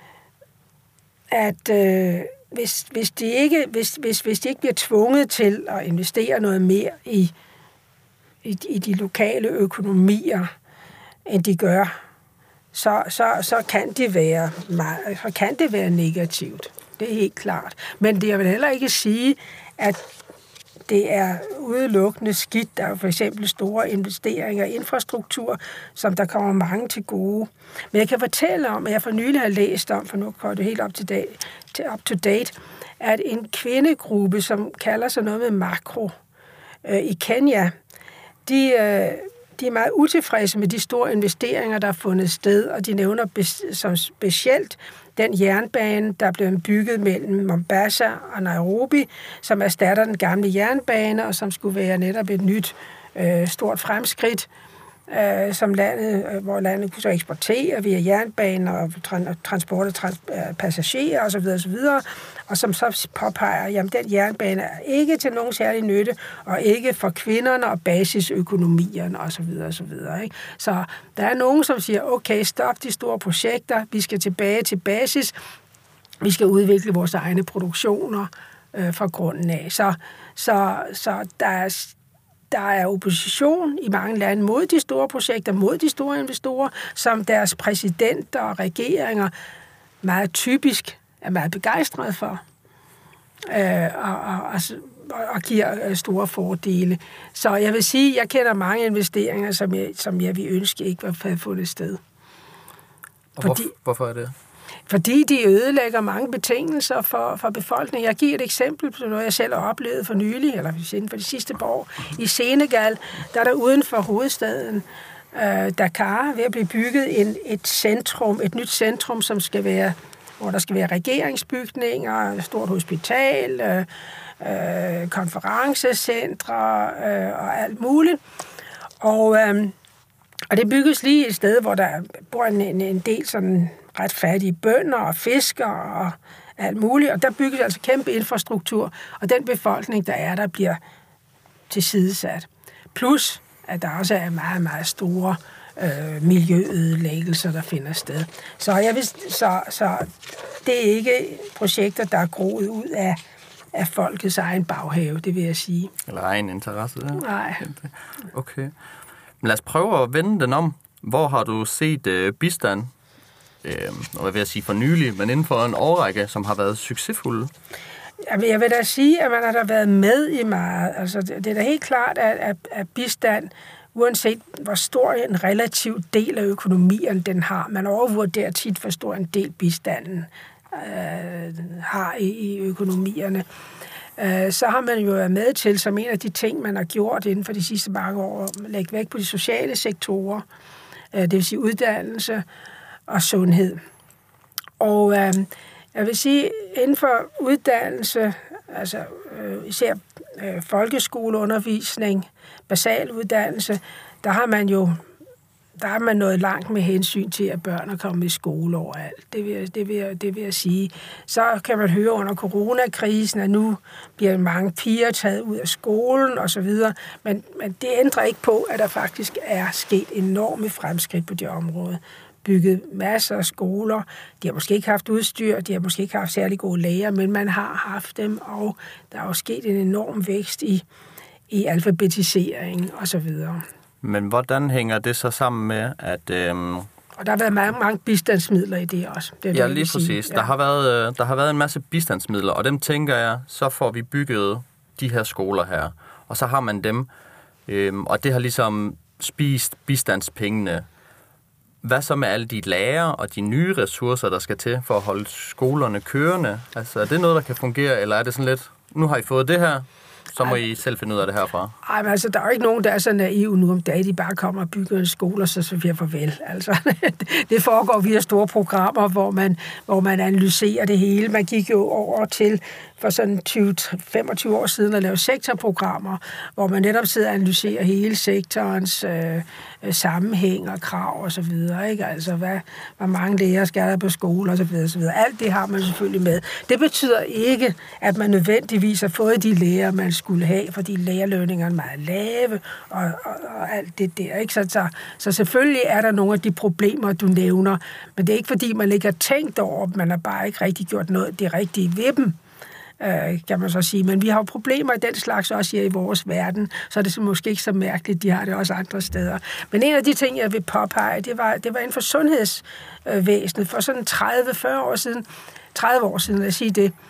at øh, hvis, hvis, de ikke, hvis, hvis, hvis de ikke bliver tvunget til at investere noget mere i, i, i de lokale økonomier, end de gør, så, så, så, kan, det være meget, så kan det være negativt. Det er helt klart. Men det jeg vil heller ikke sige, at det er udelukkende skidt. Der er jo for eksempel store investeringer i infrastruktur, som der kommer mange til gode. Men jeg kan fortælle om, at jeg for nylig har læst om, for nu går det helt up to date, up to date, at en kvindegruppe, som kalder sig noget med makro, øh, i Kenya, de, øh, de er meget utilfredse med de store investeringer, der er fundet sted, og de nævner bes- som specielt den jernbane, der blev bygget mellem Mombasa og Nairobi, som erstatter den gamle jernbane, og som skulle være netop et nyt øh, stort fremskridt, øh, som landet, øh, hvor landet kunne så eksportere via jernbaner og tra- transport af trans- øh, passagerer osv. osv., og som så påpeger, at den jernbane er ikke til nogen særlig nytte, og ikke for kvinderne og basisøkonomierne osv. osv. Ikke? Så der er nogen, som siger, okay, stop de store projekter, vi skal tilbage til basis, vi skal udvikle vores egne produktioner øh, fra grunden af. Så, så, så der er Der er opposition i mange lande mod de store projekter, mod de store investorer, som deres præsidenter og regeringer meget typisk er meget begejstrede for øh, og, og, og, og giver store fordele. Så jeg vil sige, at jeg kender mange investeringer, som jeg, som jeg vil ønske ikke var havde fundet sted. Og Fordi, hvorfor, hvorfor er det? Fordi de ødelægger mange betingelser for, for befolkningen. Jeg giver et eksempel på noget, jeg selv har oplevet for nylig, eller inden for de sidste par år. I Senegal, der er der uden for hovedstaden øh, Dakar ved at blive bygget en, et centrum, et nyt centrum, som skal være, hvor der skal være regeringsbygninger, et stort hospital, øh, øh, konferencecentre øh, og alt muligt. Og, øh, og det bygges lige et sted, hvor der bor en, en, en del sådan ret fattige bønder og fiskere og alt muligt, og der bygges altså kæmpe infrastruktur, og den befolkning, der er, der bliver tilsidesat. Plus, at der også er meget, meget store øh, miljøødelæggelser, der finder sted. Så, jeg vil, så, så det er ikke projekter, der er groet ud af, af folkets egen baghave, det vil jeg sige. Eller egen interesse. Ja. Nej. Okay. Men lad os prøve at vende den om. Hvor har du set øh, bistand, øh, og hvad vil jeg sige for nylig, men inden for en årrække, som har været succesfulde? Jamen, jeg vil da sige, at man har da været med i meget. Altså, det er da helt klart, at, at, at bistand, uanset hvor stor en relativ del af økonomien den har, man overvurderer tit, hvor stor en del bistanden øh, har i, i økonomierne, øh, så har man jo været med til, som en af de ting, man har gjort inden for de sidste mange år, at lægge vægt på de sociale sektorer, øh, det vil sige uddannelse og sundhed. Og øh, jeg vil sige, inden for uddannelse, altså øh, især øh, folkeskoleundervisning, basal uddannelse, der har man jo der er man nået langt med hensyn til, at børn er kommet i skole overalt. Det vil, det, vil, det vil jeg sige. Så kan man høre under coronakrisen, at nu bliver mange piger taget ud af skolen osv., men, men det ændrer ikke på, at der faktisk er sket enorme fremskridt på det område. Bygget masser af skoler. De har måske ikke haft udstyr, de har måske ikke haft særlig gode læger, men man har haft dem, og der er jo sket en enorm vækst i, i alfabetisering osv. Men hvordan hænger det så sammen med, at... Øhm... Og der har været mange, mange bistandsmidler i det også. Det ja, lige præcis. Ja. Der, har været, der har været en masse bistandsmidler, og dem tænker jeg, så får vi bygget de her skoler her. Og så har man dem, øhm, og det har ligesom spist bistandspengene. Hvad så med alle de lærere og de nye ressourcer, der skal til for at holde skolerne kørende? Altså, er det noget, der kan fungere, eller er det sådan lidt, nu har I fået det her, så må Ej. I selv finde ud af det herfra? Ej, men altså, der er jo ikke nogen, der er så naive nu om dagen, de bare kommer og bygger en skole, og så siger vi farvel. Altså, det foregår via store programmer, hvor man, hvor man analyserer det hele. Man gik jo over til for sådan tyve til femogtyve år siden at lave sektorprogrammer, hvor man netop sidder og analyserer hele sektorens øh, sammenhæng og krav og så videre, ikke? Altså, hvad, hvor mange lærere skal der på skole og så videre, og så videre. Alt det har man selvfølgelig med. Det betyder ikke, at man nødvendigvis har fået de lærere, man skulle have, fordi lærerlønningerne er meget lave og, og, og alt det der, ikke? Så, så, så selvfølgelig er der nogle af de problemer, du nævner, men det er ikke, fordi man ikke har tænkt over, man har bare ikke rigtig gjort noget det rigtige ved dem, kan man så sige. Men vi har jo problemer i den slags også her i vores verden, så er det så måske ikke så mærkeligt, de har det også andre steder. Men en af de ting, jeg vil påpege, det var, det var inden for sundhedsvæsenet for sådan tredive til fyrre år siden, tredive år siden, lad os sige det,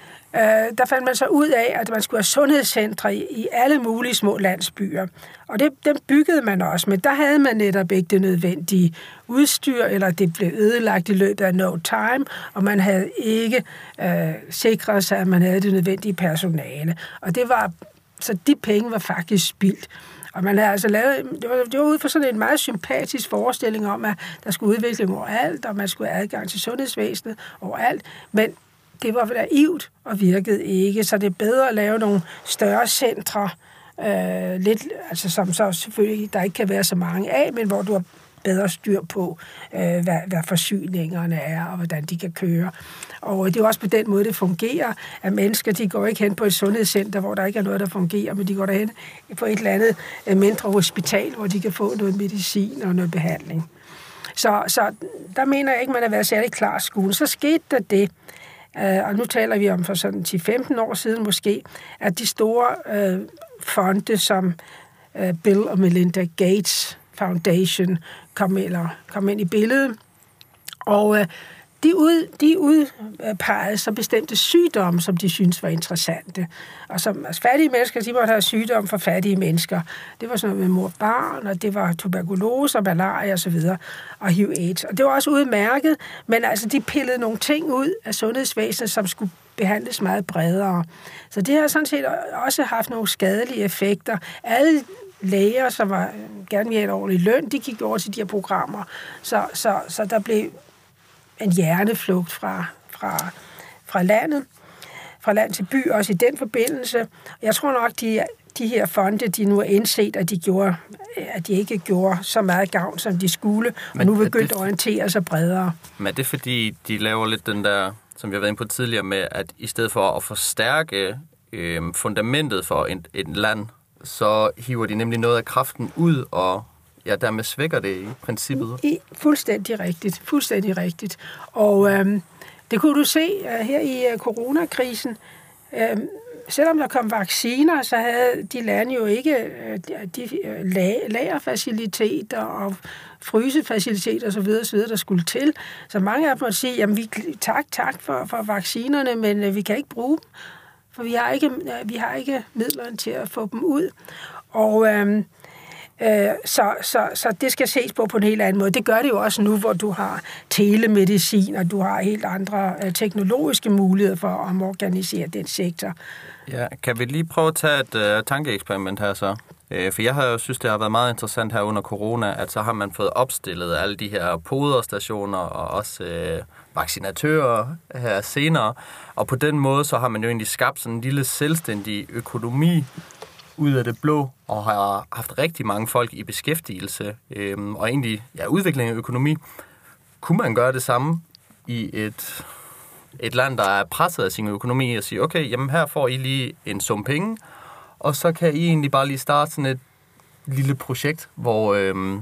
der fandt man så ud af, at man skulle have sundhedscentre i alle mulige små landsbyer. Og det, dem byggede man også, men der havde man netop ikke det nødvendige udstyr, eller det blev ødelagt i løbet af no time, og man havde ikke øh, sikret sig, at man havde det nødvendige personale. Og det var, så de penge var faktisk spildt. Og man havde altså lavet, det var, det var ud fra sådan en meget sympatisk forestilling om, at der skulle udvikling overalt, og man skulle have adgang til sundhedsvæsenet overalt, men det var naivt og virkede ikke, så det er bedre at lave nogle større centre, øh, lidt, altså som så selvfølgelig der ikke kan være så mange af, men hvor du har bedre styr på, øh, hvad, hvad forsyningerne er, og hvordan de kan køre. Og det er også på den måde, det fungerer, at mennesker, de går ikke hen på et sundhedscenter, hvor der ikke er noget, der fungerer, men de går derhen på et eller andet mindre hospital, hvor de kan få noget medicin og noget behandling. Så, så der mener jeg ikke, man har været særlig klar skolen. Så skete der det, øh, og nu taler vi om for sådan ti til femten år siden måske, at de store øh, fonde, som øh, Bill og Melinda Gates Foundation kom, eller, kom ind i billedet, og øh, de, ud, de udpegede så bestemte sygdomme, som de syntes var interessante. Og som altså, fattige mennesker, de måtte have sygdomme for fattige mennesker. Det var sådan noget med mor og barn, og det var tuberkulose og malaria og så videre, og H I V-AIDS. Og det var også udmærket, men altså, de pillede nogle ting ud af sundhedsvæsenet, som skulle behandles meget bredere. Så det har sådan set også haft nogle skadelige effekter. Alle læger, som var gerne ville have en ordentlig løn, de gik over til de her programmer. Så, så, så der blev en hjerneflugt fra, fra, fra landet, fra land til by, også i den forbindelse. Jeg tror nok, de, de her fonde, de nu har indset, at de, gjorde, at de ikke gjorde så meget gavn, som de skulle, og men nu begyndt at orientere sig bredere. Men er det fordi, de laver lidt den der, som jeg har været inde på tidligere, med at i stedet for at forstærke øh, fundamentet for et, et land, så hiver de nemlig noget af kraften ud, og ja, dermed svækker det i princippet. I, fuldstændig rigtigt, fuldstændig rigtigt. Og øhm, det kunne du se uh, her i uh, coronakrisen. Øhm, selvom der kom vacciner, så havde de lande jo ikke uh, de uh, lag- lagerfaciliteter og frysefaciliteter osv., osv., der skulle til. Så mange af dem måtte sige, jamen vi, tak, tak for, for vaccinerne, men uh, vi kan ikke bruge dem, for vi har ikke, uh, vi har ikke midlerne til at få dem ud. Og øhm, Så, så, så det skal ses på på en helt anden måde. Det gør det jo også nu, hvor du har telemedicin, og du har helt andre uh, teknologiske muligheder for at omorganisere den sektor. Ja, kan vi lige prøve at tage et uh, tankeeksperiment her så? Uh, for jeg har jo synes, det har været meget interessant her under corona, at så har man fået opstillet alle de her poderstationer og også uh, vaccinatører her senere. Og på den måde, så har man jo egentlig skabt sådan en lille selvstændig økonomi ud af det blå, og har haft rigtig mange folk i beskæftigelse, øhm, og egentlig ja, udvikling af økonomi. Kunne man gøre det samme i et, et land, der er presset af sin økonomi, og sige, okay, jamen her får I lige en sum penge, og så kan I egentlig bare lige starte sådan et lille projekt, hvor øhm,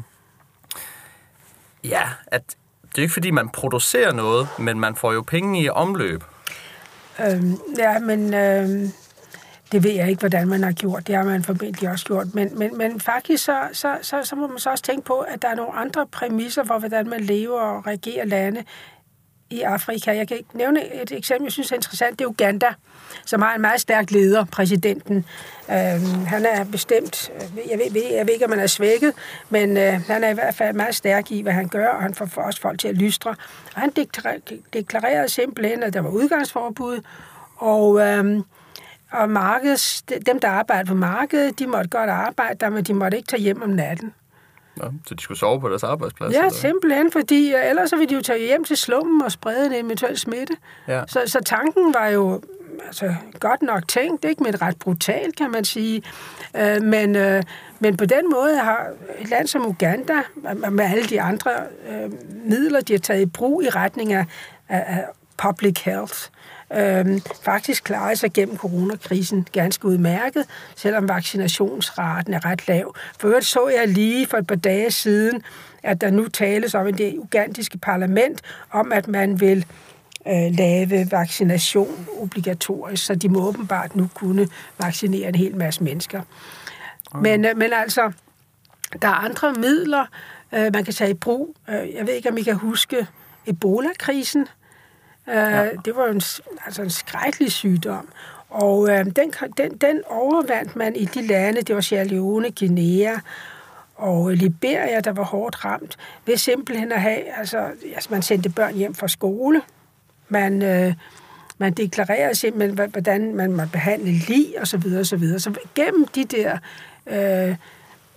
ja, at det er ikke fordi, man producerer noget, men man får jo penge i omløb. Øhm, ja, men øhm, det ved jeg ikke, hvordan man har gjort. Det har man formentlig også gjort. Men, men, men faktisk så, så, så, så må man så også tænke på, at der er nogle andre præmisser for, hvordan man lever og regerer lande i Afrika. Jeg kan ikke nævne et eksempel, jeg synes er interessant. Det er Uganda, som har en meget stærk leder, præsidenten. Øhm, han er bestemt, jeg ved, jeg ved ikke, om han er svækket, men øh, han er i hvert fald meget stærk i, hvad han gør, og han får også folk til at lystre. Og han deklarerede simpelthen, at der var udgangsforbud, og øhm, Og markeds, dem, der arbejder på markedet, de måtte godt arbejde der, men de måtte ikke tage hjem om natten. Ja, så de skulle sove på deres arbejdsplads? Ja, eller? simpelthen, fordi ellers så ville de jo tage hjem til slummen og sprede en eventuel smitte. Ja. Så, så tanken var jo altså, godt nok tænkt, ikke, men ret brutalt, kan man sige. Øh, men, øh, men på den måde har et land som Uganda, med alle de andre øh, midler, de har taget i brug i retning af, af, af public health, Øhm, faktisk klarer sig gennem coronakrisen ganske udmærket, selvom vaccinationsraten er ret lav. For øvrigt så jeg lige for et par dage siden, at der nu tales om i det ugandiske parlament, om at man vil øh, lave vaccination obligatorisk, så de må åbenbart nu kunne vaccinere en hel masse mennesker. Okay. Men, øh, men altså, der er andre midler, øh, man kan tage i brug. Jeg ved ikke, om I kan huske Ebola-krisen. Ja. Det var jo en, altså en skrækkelig sygdom, og øh, den, den, den overvandt man i de lande, det var Sierra Leone, Guinea og Liberia, der var hårdt ramt, ved simpelthen at have, altså, altså man sendte børn hjem fra skole, man, øh, man deklarerede simpelthen, hvordan man måtte behandle lig, og så videre, og så videre. Så gennem de der øh,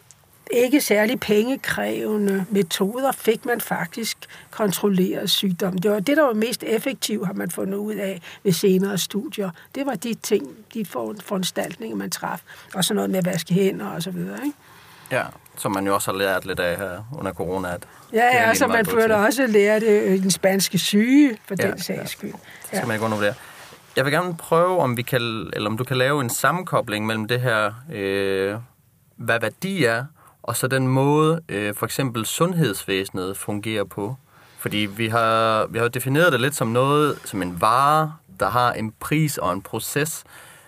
ikke særlig pengekrævende metoder fik man faktisk kontrolleret sygdom. Det var det, der var mest effektivt, har man fundet ud af ved senere studier. Det var de ting, de foranstaltninger, man traf. Og så noget med at vaske hænder og så videre, ikke? Ja, som man jo også har lært lidt af her under corona. At ja, ja, så man burde også lære det den spanske syge, for ja, den sags skyld. Ja. Det skal man ikke undervurdere. Jeg vil gerne prøve, om vi kan, eller om du kan lave en sammenkobling mellem det her, øh, hvad værdi er, og så den måde, øh, for eksempel sundhedsvæsenet fungerer på. Fordi vi har, vi har defineret det lidt som noget, som en vare, der har en pris og en proces.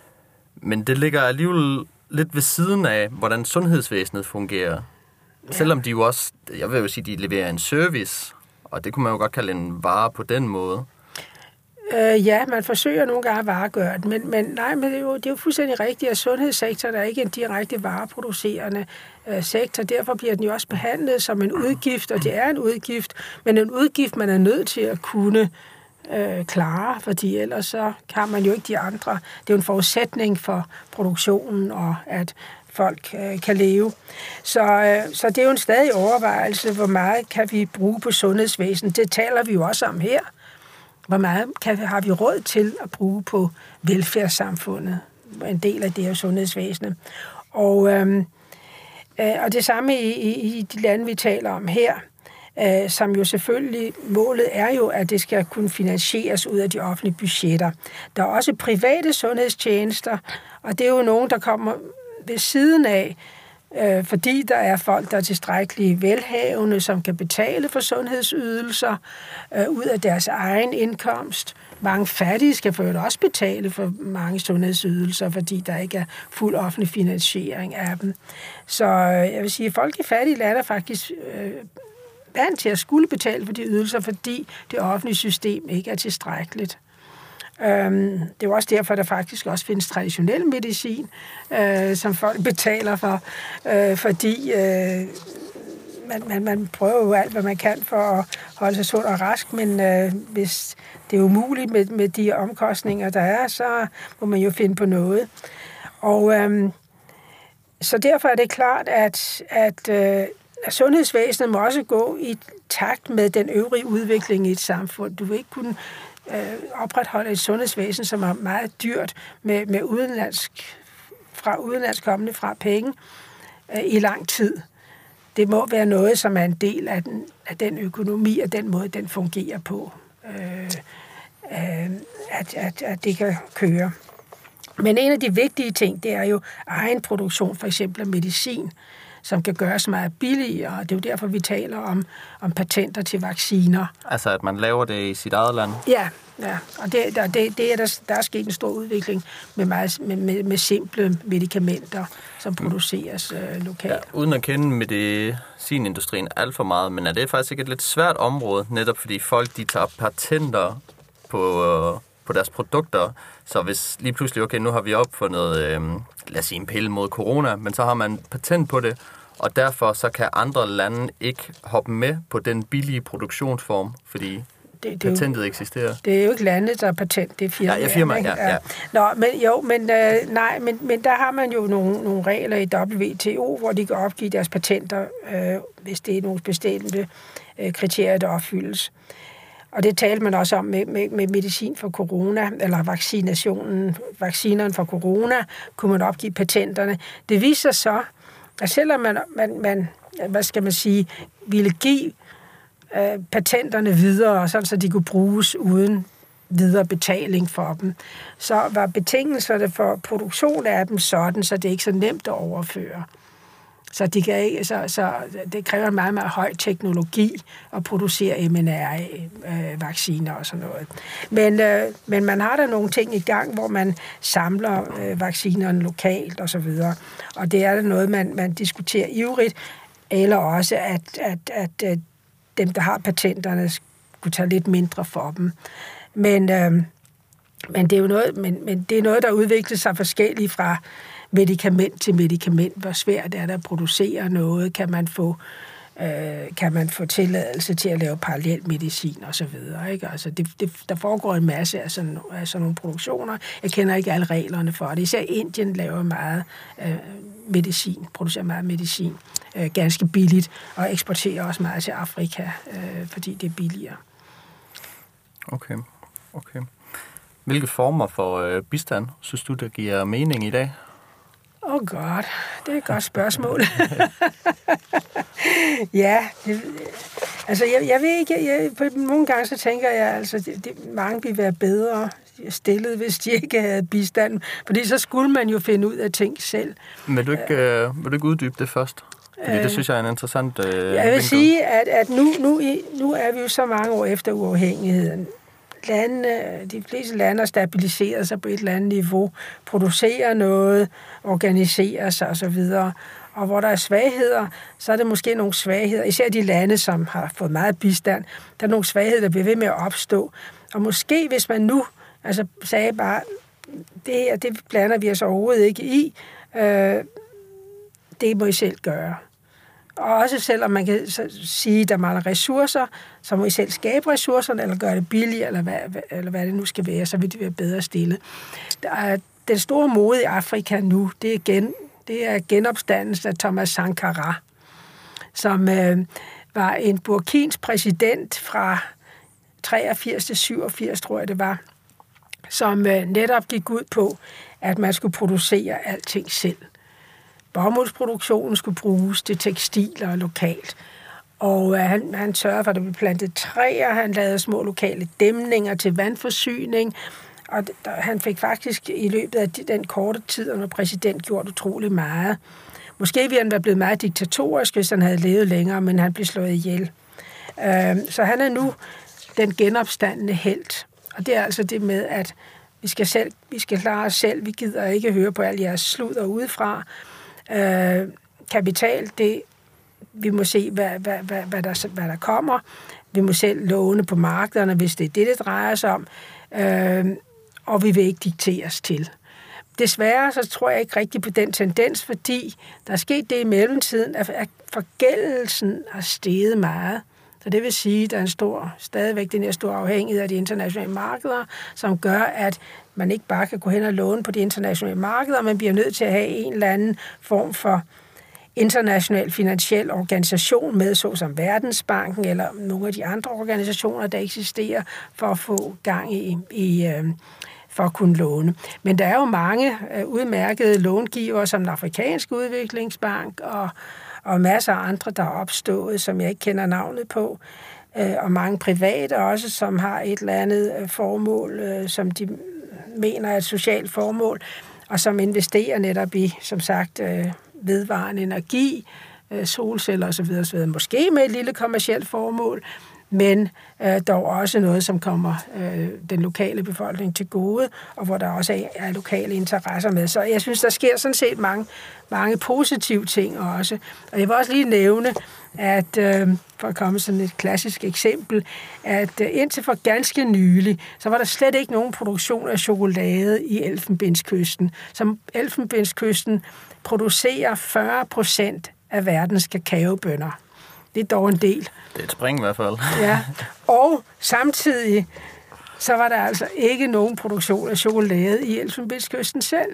Men det ligger alligevel lidt ved siden af, hvordan sundhedsvæsenet fungerer. Ja. Selvom de jo også, jeg vil jo sige, de leverer en service, og det kunne man jo godt kalde en vare på den måde. Øh, ja, man forsøger nogle gange at varegøre det, men, men nej, men det er, jo, det er jo fuldstændig rigtigt, at sundhedssektoren er ikke en direkte vareproducerende øh, sektor. Derfor bliver den jo også behandlet som en udgift, og det er en udgift, men en udgift, man er nødt til at kunne øh, klare, fordi ellers så kan man jo ikke de andre. Det er jo en forudsætning for produktionen, og at folk øh, kan leve. Så, øh, så det er jo en stadig overvejelse, hvor meget kan vi bruge på sundhedsvæsenet. Det taler vi jo også om her. Hvor meget kan, har vi råd til at bruge på velfærdssamfundet? En del af det her sundhedsvæsenet. Og, øhm, øh, og det samme i, i, i de lande, vi taler om her, øh, som jo selvfølgelig, målet er jo, at det skal kunne finansieres ud af de offentlige budgetter. Der er også private sundhedstjenester, og det er jo nogen, der kommer ved siden af, øh, fordi der er folk, der er tilstrækkeligt velhavende, som kan betale for sundhedsydelser øh, ud af deres egen indkomst. Mange fattige skal for øvrigt også betale for mange sundhedsydelser, fordi der ikke er fuld offentlig finansiering af dem. Så øh, jeg vil sige, at folk i fattige lande er faktisk øh, vant til at skulle betale for de ydelser, fordi det offentlige system ikke er tilstrækkeligt. Øhm, det er også derfor, der faktisk også findes traditionel medicin, øh, som folk betaler for, øh, fordi øh, man, man, man prøver jo alt, hvad man kan for at holde sig sund og rask, men øh, hvis det er umuligt med, med de omkostninger, der er, så må man jo finde på noget. Og øh, så derfor er det klart, at, at øh, sundhedsvæsenet må også gå i takt med den øvrige udvikling i et samfund. Du vil ikke kunne opretholde et sundhedsvæsen, som er meget dyrt med, med udenlandsk, fra udenlandsk kommende fra penge øh, i lang tid. Det må være noget, som er en del af den, af den økonomi og den måde, den fungerer på, øh, øh, at, at, at det kan køre. Men en af de vigtige ting, det er jo egen produktion, for eksempel af medicin, som kan gøres meget billigere, og det er jo derfor, vi taler om, om patenter til vacciner. Altså, at man laver det i sit eget land? Ja, ja. Og det, der, det, det er der, der er sket en stor udvikling med, meget, med, med, med simple medicamenter, som produceres øh, lokalt. Ja, uden at kende medicinindustrien alt for meget, men er det faktisk ikke et lidt svært område, netop fordi folk de tager patenter på, øh, på deres produkter, så hvis lige pludselig, okay, nu har vi opfundet, øh, lad os sige en pille mod corona, men så har man patent på det, og derfor så kan andre lande ikke hoppe med på den billige produktionsform, fordi det, det patentet jo, eksisterer. Det er jo ikke landet, der er patent, det er firmaer. Ja, ja, firmaer, ja, ja. Nå, men jo, men øh, nej, men, men der har man jo nogle, nogle regler i W T O, hvor de kan opgive deres patenter, øh, hvis det er nogle bestemte øh, kriterier, der opfyldes. Og det talte man også om med, med, med medicin for corona, eller vaccinationen, vaccinerne for corona, kunne man opgive patenterne. Det viser så, at selvom man, man, man hvad skal man sige, ville give øh, patenterne videre, sådan så de kunne bruges uden videre betaling for dem, så var betingelserne for produktion af dem sådan, så det er ikke så nemt at overføre. Så, de kan ikke, så, så det kræver meget, meget høj teknologi at producere M R N A-vacciner og sådan noget. Men, øh, men man har der nogle ting i gang, hvor man samler øh, vaccinerne lokalt og så videre. Og det er der noget, man, man diskuterer ivrigt, eller også, at, at, at, at dem, der har patenterne, skulle tage lidt mindre for dem. Men, øh, men, det er jo noget, men, men det er noget, der udvikler sig forskelligt fra medicament til medicament. Hvor svært er det at producere noget? Kan man få øh, kan man få tilladelse til at lave parallel medicin og så videre. Ikke? Altså det, det, der foregår en masse af sådan, af sådan nogle produktioner. Jeg kender ikke alle reglerne for det. Især Indien laver meget øh, medicin, producerer meget medicin, øh, ganske billigt, og eksporterer også meget til Afrika, øh, fordi det er billigere. Okay, okay. Hvilke former for øh, bistand synes du, der giver mening i dag? Åh oh godt, det er et godt spørgsmål. ja, det, altså jeg, jeg ved ikke, jeg, jeg, på nogle gange så tænker jeg, altså det, det, mange vil være bedre stillet, hvis de ikke havde bistand, fordi så skulle man jo finde ud af ting selv. Vil du ikke, øh, vil du ikke uddybe det først? Fordi øh, det synes jeg er en interessant øh, Jeg vil vinkel. sige, at, at nu, nu, nu er vi jo så mange år efter uafhængigheden. Landene, de fleste lande har stabiliseret sig på et eller andet niveau, producerer noget, organiserer sig osv. Og hvor der er svagheder, så er det måske nogle svagheder, især de lande, som har fået meget bistand, der er nogle svagheder, der bliver ved med at opstå. Og måske hvis man nu altså, sagde bare, det her, det blander vi os overhovedet ikke i, øh, det må I selv gøre. Og også selvom man kan sige, at der mangler ressourcer, så må I selv skabe ressourcerne, eller gøre det billigt, eller hvad, eller hvad det nu skal være, så vil det være bedre stille. Der er, den store mode i Afrika nu, det er, gen, det er genopstandelsen af Thomas Sankara, som øh, var en burkinsk præsident fra treogfirs til syvogfirs, tror jeg det var, som øh, netop gik ud på, at man skulle producere alting selv. Bomuldsproduktionen skulle bruges til tekstiler lokalt. Og øh, han, han sørgede for, at der blev plantet træer, han lavede små lokale dæmninger til vandforsyning, og der, han fik faktisk i løbet af den korte tid, under præsident, gjort utrolig meget. Måske ville han være blevet meget diktatorisk, hvis han havde levet længere, men han blev slået ihjel. Øh, så han er nu den genopstandende helt. Og det er altså det med, at vi skal, selv, vi skal klare os selv, vi gider ikke høre på al jeres sludder udefra. Øh, kapital, det, vi må se, hvad, hvad, hvad, hvad, der, hvad der kommer. Vi må selv låne på markederne, hvis det er det, det drejer sig om. Øh, og vi vil ikke dikteres til. Desværre så tror jeg ikke rigtig på den tendens, fordi der er sket det i mellemtiden, at forgældelsen har steget meget. Så det vil sige, at der er en stor, stadigvæk den her store afhængighed af de internationale markeder, som gør, at man ikke bare kan gå hen og låne på de internationale markeder, man bliver nødt til at have en eller anden form for international finansiel organisation med, såsom Verdensbanken eller nogle af de andre organisationer, der eksisterer, for at få gang i, i for at kunne låne. Men der er jo mange udmærkede långivere, som den afrikanske udviklingsbank og og masser af andre, der er opstået, som jeg ikke kender navnet på, og mange private også, som har et eller andet formål, som de mener er et socialt formål, og som investerer netop i, som sagt, vedvarende energi, solceller osv. osv. Måske med et lille kommercielt formål, men øh, dog også noget, som kommer øh, den lokale befolkning til gode, og hvor der også er, er lokale interesser med. Så jeg synes, der sker sådan set mange, mange positive ting også. Og jeg vil også lige nævne, at øh, for at komme sådan et klassisk eksempel, at øh, indtil for ganske nylig, så var der slet ikke nogen produktion af chokolade i Elfenbenskysten. Som Elfenbenskysten producerer fyrre procent af verdens kakaobønner. Det er dog en del. Det er et spring i hvert fald. Ja, og samtidig så var der altså ikke nogen produktion af chokolade i Elfenbenskysten selv.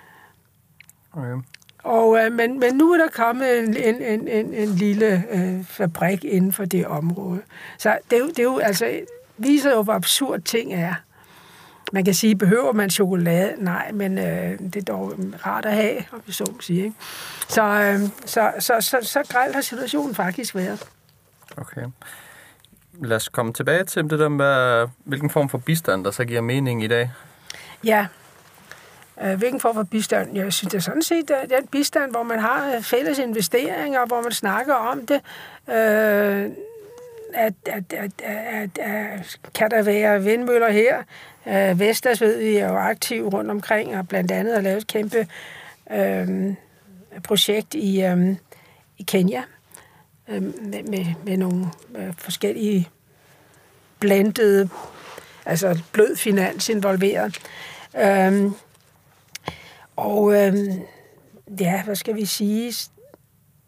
Okay. Og, øh, men, men nu er der kommet en, en, en, en, en lille øh, fabrik inden for det område. Så det, det er jo altså, viser jo, hvor absurd ting er. Man kan sige, behøver man chokolade? Nej, men øh, det er dog rart at have, om vi så må sige. Ikke? Så, øh, så, så, så, så grelt har situationen faktisk været. Okay. Lad os komme tilbage til det der med, hvilken form for bistand, der så giver mening i dag. Ja. Hvilken form for bistand? Jeg synes, det er sådan set den bistand, hvor man har fælles investeringer, hvor man snakker om det. Øh, at, at, at, at, at kan der være vindmøller her? Øh, Vestas ved vi er jo aktiv rundt omkring, og blandt andet har lavet et kæmpe øh, projekt i, øh, i Kenya øh, med, med, med nogle øh, forskellige blandede, altså blød finans involveret. Øh, og øh, ja, hvad skal vi sige?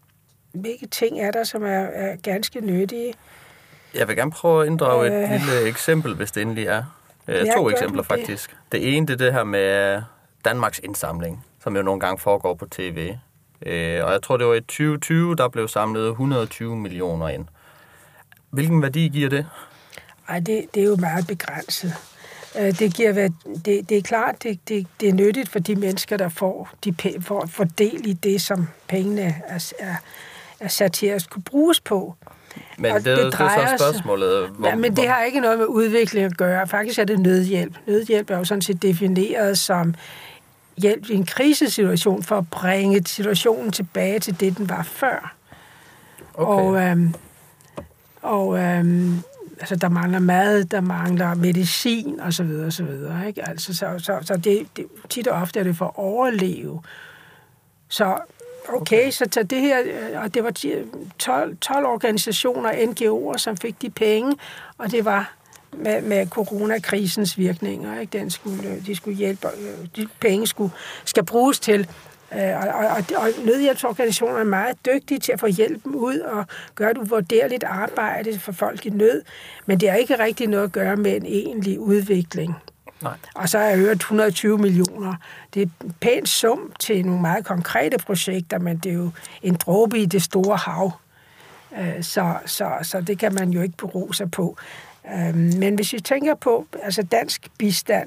hvilke ting er der, som er, er ganske nyttige. Jeg vil gerne prøve at inddrage et Øh. lille eksempel, hvis det endelig er. Øh, Ja, to gør eksempler det. faktisk. Det ene det er det her med Danmarks indsamling, som jo nogle gange foregår på tv. Øh, og jeg tror, det var i tyve tyve, der blev samlet et hundrede og tyve millioner ind. Hvilken værdi giver det? Ej, det, det er jo meget begrænset. Øh, Det, giver, hvad- det, det er klart, det, det, det er nyttigt for de mennesker, der får, de, pæ- får, får del i det, som pengene er, er, er sat til at kunne bruges på. Men Og det, det, det det er drejer så sig- spørgsmålet. Hvor, Ja, men det har ikke noget med udvikling at gøre. Faktisk er det nødhjælp. Nødhjælp er jo sådan set defineret som hjælp i en krisesituation for at bringe situationen tilbage til det, den var før. Okay. Og, øhm, og øhm, altså, der mangler mad, der mangler medicin og så videre, og så videre, ikke? Altså, så, så, så det, det, tit og ofte er det for at overleve. Så okay, okay. så tager det her, øh, og det var tolv, tolv organisationer, N G O'er, som fik de penge, og det var med, med coronakrisens virkninger, ikke? Den skulle, de skulle hjælpe, øh, de penge skulle, skal bruges til. Øh, Og, og, og, og nødhjælpsorganisationer er meget dygtige til at få hjælpen ud og gøre et uvurderligt arbejde for folk i nød, men det har ikke rigtig noget at gøre med en egentlig udvikling. Nej. Og så har jeg hørt et hundrede og tyve millioner. Det er en pæn sum til nogle meget konkrete projekter, men det er jo en dråbe i det store hav. Øh, Så, så, så det kan man jo ikke bero sig på. Øh, Men hvis vi tænker på altså dansk bistand,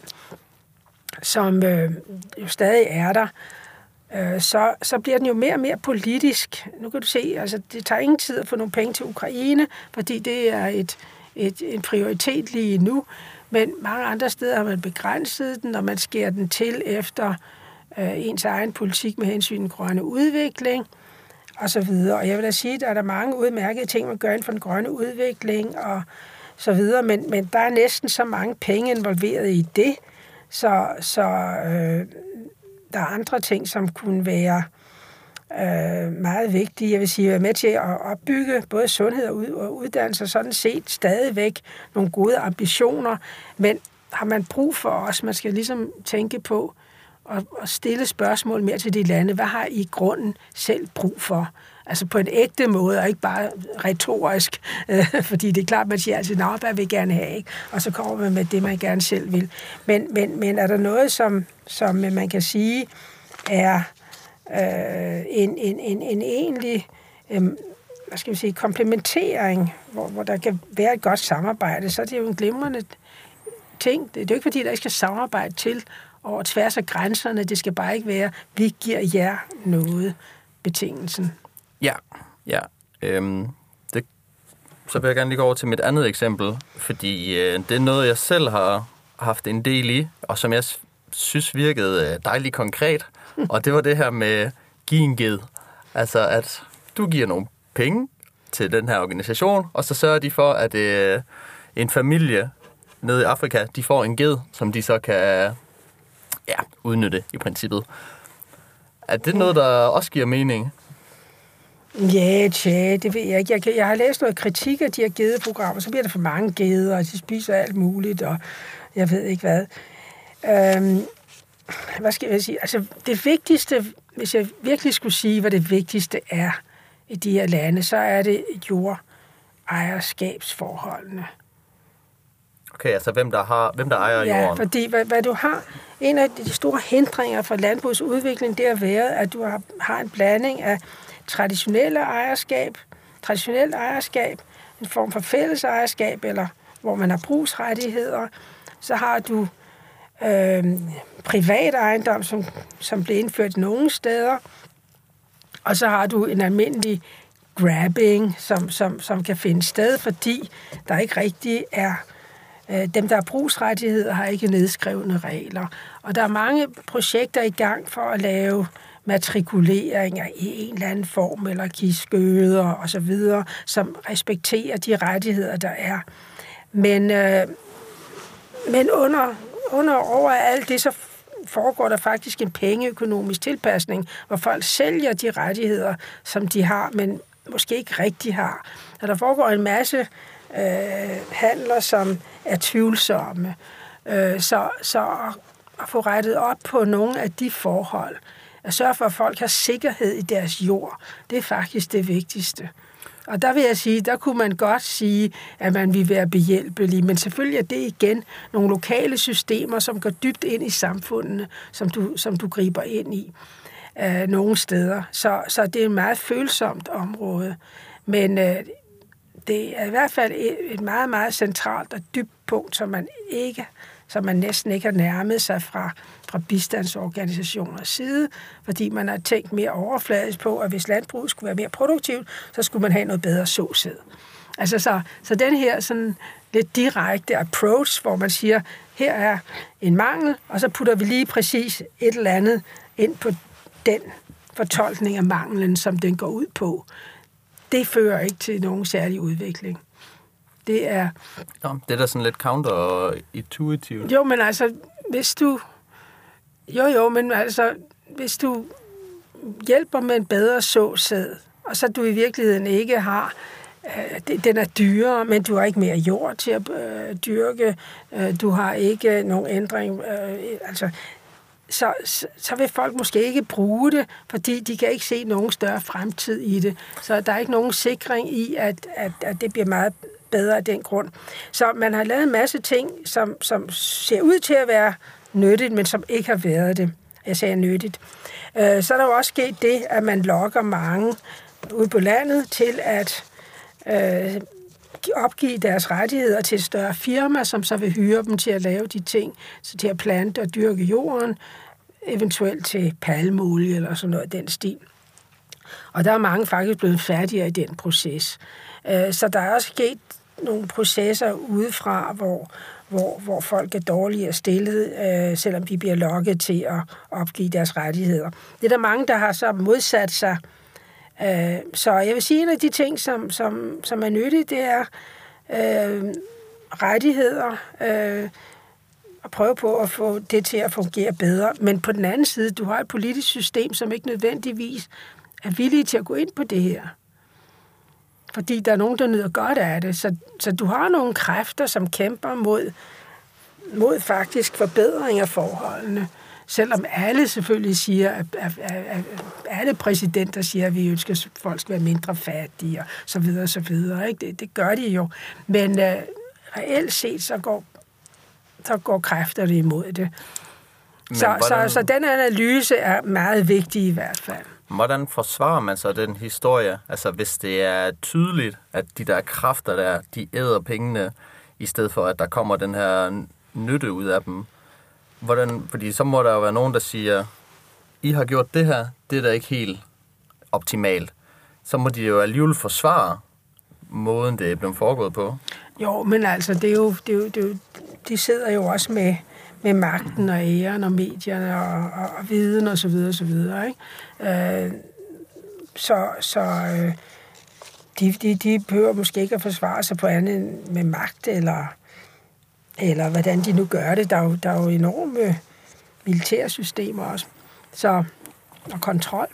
som øh, jo stadig er der, øh, så, så bliver den jo mere og mere politisk. Nu kan du se, altså det tager ingen tid at få nogle penge til Ukraine, fordi det er et, et, en prioritet lige nu. Men mange andre steder har man begrænset den, og man skærer den til efter øh, ens egen politik med hensyn til grønne udvikling og så videre. Og jeg vil da sige, at der er der mange udmærkede ting, man gør inden for den grønne udvikling og så videre, men, men der er næsten så mange penge involveret i det, så, så øh, der er andre ting, som kunne være øh, meget vigtige. Jeg vil sige, være med til at opbygge både sundhed og, ud, og uddannelse, sådan set stadigvæk nogle gode ambitioner, men har man brug for os, man skal ligesom tænke på at, at stille spørgsmål mere til de lande. Hvad har I i grunden selv brug for? Altså på en ægte måde, og ikke bare retorisk, øh, fordi det er klart, man siger altid, nej, hvad vil jeg gerne have, ikke? Og så kommer man med det, man gerne selv vil. Men, men, men er der noget, som, som man kan sige er øh, en, en, en, en egentlig øh, hvad skal vi sige, komplementering, hvor, hvor der kan være et godt samarbejde, så er det jo en glimrende ting. Det er jo ikke, fordi der ikke skal samarbejde til over tværs af grænserne. Det skal bare ikke være, vi giver jer noget, betingelsen. Ja, ja. Øhm, det, så vil jeg gerne lige gå over til mit andet eksempel, fordi øh, det er noget, jeg selv har haft en del i, og som jeg synes virkede øh, dejligt konkret, og det var det her med give en ged. Altså, at du giver nogle penge til den her organisation, og så sørger de for, at øh, en familie nede i Afrika, de får en ged, som de så kan ja, udnytte i princippet. Er det noget, der også giver mening? Ja, tja, det ved jeg ikke. Jeg, kan, jeg har læst noget kritik af de her gedeprogrammer, så bliver der for mange geder, og de spiser alt muligt, og jeg ved ikke hvad. Øhm, hvad skal jeg sige? Altså, det vigtigste, hvis jeg virkelig skulle sige, hvad det vigtigste er i de her lande, så er det jordejerskabsforholdene. Okay, altså hvem der, har, hvem der ejer Ja, jorden? fordi hvad, hvad du har, en af de store hindringer for landbrugets udvikling, det har været, at du har, har en blanding af traditionelle ejerskab, traditionelt ejerskab, en form for fælles ejerskab, eller hvor man har brugsrettigheder. Så har du øh, privat ejendom, som, som bliver indført nogle steder, og så har du en almindelig grabbing, som, som, som kan finde sted, fordi der ikke rigtig er dem, der har brugsrettigheder, har ikke nedskrevne regler. Og der er mange projekter i gang for at lave matrikuleringer i en eller anden form, eller give skøder og så videre, som respekterer de rettigheder, der er. Men, øh, men under, under over alt det, så foregår der faktisk en pengeøkonomisk tilpasning, hvor folk sælger de rettigheder, som de har, men måske ikke rigtig har. Og der foregår en masse øh, handler, som er tvivlsomme. Øh, så, så at få rettet op på nogle af de forhold, At sørge for, at folk har sikkerhed i deres jord, det er faktisk det vigtigste. Og der vil jeg sige, der kunne man godt sige, at man vil være behjælpelig, men selvfølgelig er det igen nogle lokale systemer, som går dybt ind i samfundene, som du, som du griber ind i øh, nogle steder. Så, så det er et meget følsomt område, men øh, det er i hvert fald et, et meget, meget centralt og dybt punkt, som man ikke, som man næsten ikke har nærmet sig fra, fra bistandsorganisationers side, fordi man har tænkt mere overfladisk på, at hvis landbruget skulle være mere produktivt, så skulle man have noget bedre såsæd. Altså så, så den her sådan lidt direkte approach, hvor man siger, her er en mangel, og så putter vi lige præcis et eller andet ind på den fortolkning af manglen, som den går ud på. Det fører ikke til nogen særlig udvikling. Det er... Nå, det er da sådan lidt counterintuitivt. Jo, men altså, hvis du... Jo, jo, men altså, hvis du hjælper med en bedre såsæd, og så du i virkeligheden ikke har... Øh, den er dyrere, men du har ikke mere jord til at øh, dyrke. Øh, du har ikke nogen ændring... Øh, altså... Så, så, så vil folk måske ikke bruge det, fordi de kan ikke se nogen større fremtid i det. Så der er ikke nogen sikring i, at, at, at det bliver meget bedre af den grund. Så man har lavet en masse ting, som, som ser ud til at være nyttigt, men som ikke har været det. Jeg sagde nyttigt. Øh, så er der jo også sket det, at man lokker mange ude på landet til at øh, opgive deres rettigheder til et større firma, som så vil hyre dem til at lave de ting, så til at plante og dyrke jorden, eventuelt til palmeolie eller sådan noget af den stil. Og der er mange faktisk blevet færdigere i den proces. Så der er også sket nogle processer udefra, hvor, hvor, hvor folk er dårligere stillet, selvom de bliver lokket til at opgive deres rettigheder. Det er der mange, der har så modsat sig. Så jeg vil sige, at en af de ting, som, som, som er nyttigt, det er øh, rettigheder, øh, og prøve på at få det til at fungere bedre. Men på den anden side, du har et politisk system, som ikke nødvendigvis er villige til at gå ind på det her. Fordi der er nogen, der nyder godt af det. Så, så du har nogle kræfter, som kæmper mod, mod faktisk forbedring af forholdene. Selvom alle selvfølgelig siger, at, at, at, at alle præsidenter siger, at vi ønsker, at folk skal være mindre fattige og så videre og så videre. Ikke? Det, det gør de jo. Men uh, reelt set, så går, så går kræfterne imod det. Så, hvordan, så, så den analyse er meget vigtig i hvert fald. Hvordan forsvarer man så den historie? Altså hvis det er tydeligt, at de der kræfter der, de æder pengene, i stedet for at der kommer den her nytte ud af dem. Hvordan, fordi så må der jo være nogen, der siger, I har gjort det her, det er da ikke helt optimalt. Så må de jo alligevel forsvare måden, det er blevet foregået på. Jo, men altså, det er jo, det er jo, det er jo, de sidder jo også med, med magten og æren og medierne og, og, og viden og så videre og så videre, ikke? Øh, så så øh, de, de, de behøver måske ikke at forsvare sig på andet end med magt eller... eller hvordan de nu gør det. Der er jo, der er jo enorme militære systemer også, så, og kontrol.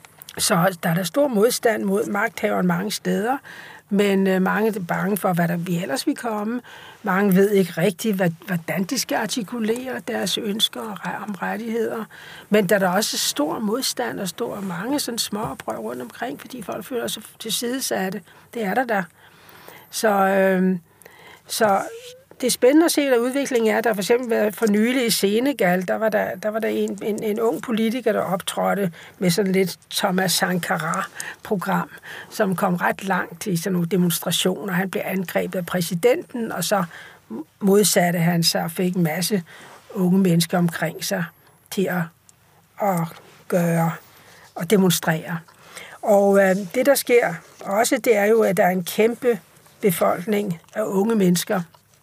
Så der er der stor modstand mod magthaveren mange steder, men øh, mange er bange for, hvad der vi ellers vil komme. Mange ved ikke rigtigt, hvad, hvordan de skal artikulere deres ønsker om rettigheder. Men der er der også stor modstand og stor mange sådan små oprør rundt omkring, fordi folk føler sig tilsidesatte. Det er der der. Så, øh, så det er spændende at se, hvad udviklingen er. Der har for eksempel været for nylig i Senegal, der var der, der, var der en, en, en ung politiker, der optrådte med sådan lidt Thomas Sankara-program, som kom ret langt i sådan nogle demonstrationer. Han blev angrebet af præsidenten, og så modsatte han sig og fik en masse unge mennesker omkring sig til at, at gøre og demonstrere. Og øh, det, der sker også, det er jo, at der er en kæmpe befolkning af unge mennesker,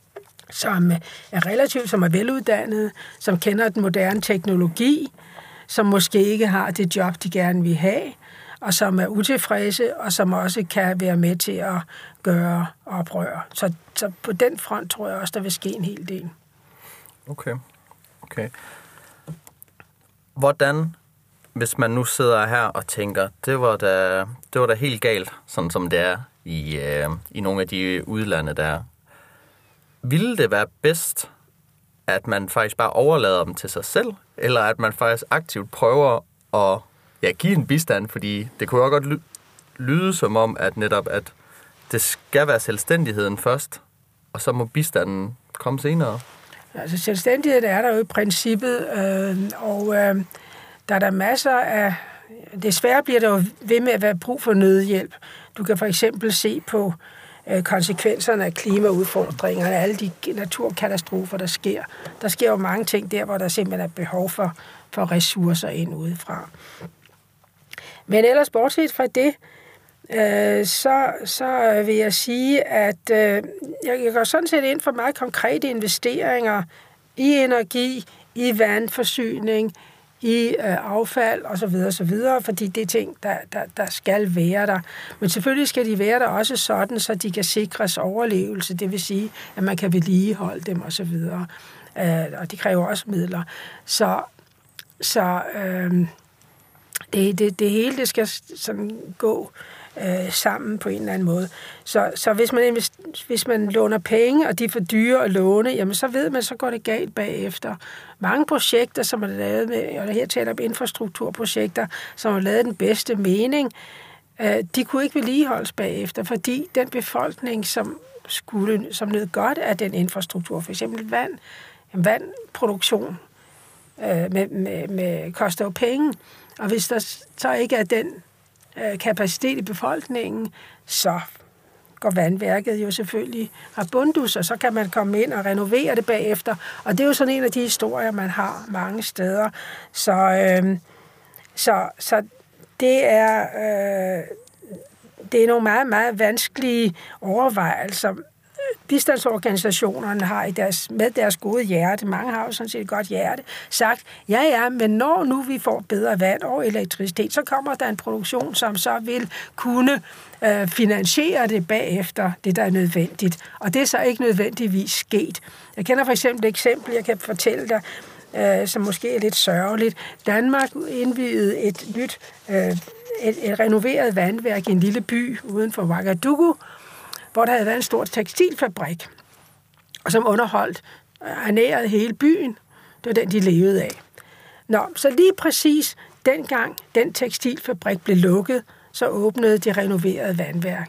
som er relativt, som er veluddannede, som kender den moderne teknologi, som måske ikke har det job, de gerne vil have, og som er utilfredse, og som også kan være med til at gøre oprør. Så, så på den front tror jeg også, der vil ske en hel del. Okay. Okay. Hvordan, hvis man nu sidder her og tænker, det var da, det var da helt galt, sådan som det er i, øh, i nogle af de udlande, der er. Ville det være bedst, at man faktisk bare overlader dem til sig selv, eller at man faktisk aktivt prøver at ja, give en bistand, fordi det kunne jo godt ly- lyde som om, at netop at det skal være selvstændigheden først, og så må bistanden komme senere. Altså selvstændighed er der jo i princippet, øh, og øh, der er der masser af... Desværre bliver der jo ved med at være brug for nødhjælp. Du kan for eksempel se på øh, konsekvenserne af klimaudfordringerne, alle de naturkatastrofer, der sker. Der sker jo mange ting der, hvor der simpelthen er behov for, for ressourcer ind udefra. Men ellers bortset fra det, øh, så, så vil jeg sige, at øh, jeg, jeg går sådan set ind for meget konkrete investeringer i energi, i vandforsyning, i øh, affald osv. osv., fordi det er ting, der, der, der skal være der. Men selvfølgelig skal de være der også sådan, så de kan sikres overlevelse, det vil sige, at man kan vedligeholde dem osv., øh, og de kræver også midler. Så, så øh, det, det, det hele det skal sådan gå øh, sammen på en eller anden måde. Så, så hvis, man invest- hvis man låner penge, og de er for dyre at låne, jamen så ved man, så går det galt bagefter. Mange projekter, som er lavet med, og her taler om infrastrukturprojekter, som har lavet den bedste mening, øh, de kunne ikke vedligeholdes bagefter, fordi den befolkning, som skulle, som nød godt af den infrastruktur, for eksempel vand, vandproduktion, øh, med, med, med koster jo penge, og hvis der så ikke er den øh, kapacitet i befolkningen, så går vandværket jo selvfølgelig rabundus, og så kan man komme ind og renovere det bagefter. Og det er jo sådan en af de historier, man har mange steder. Så, øh, så, så det er øh, det er nogle meget, meget vanskelige overvejelser. Bistandsorganisationerne har i deres, med deres gode hjerte, mange har jo sådan set et godt hjerte, sagt, ja ja, men når nu vi får bedre vand og elektricitet, så kommer der en produktion, som så vil kunne øh, finansiere det bagefter, det der er nødvendigt. Og det er så ikke nødvendigvis sket. Jeg kender for eksempel et eksempel, jeg kan fortælle dig, øh, som måske er lidt sørgeligt. Danmark indviede et nyt, øh, et, et renoveret vandværk i en lille by uden for Ouagadougou, hvor der havde været en stor tekstilfabrik, og som underholdt ernærede hele byen. Det var den, de levede af. Nå, så lige præcis dengang den tekstilfabrik blev lukket, så åbnede det renoverede vandværk.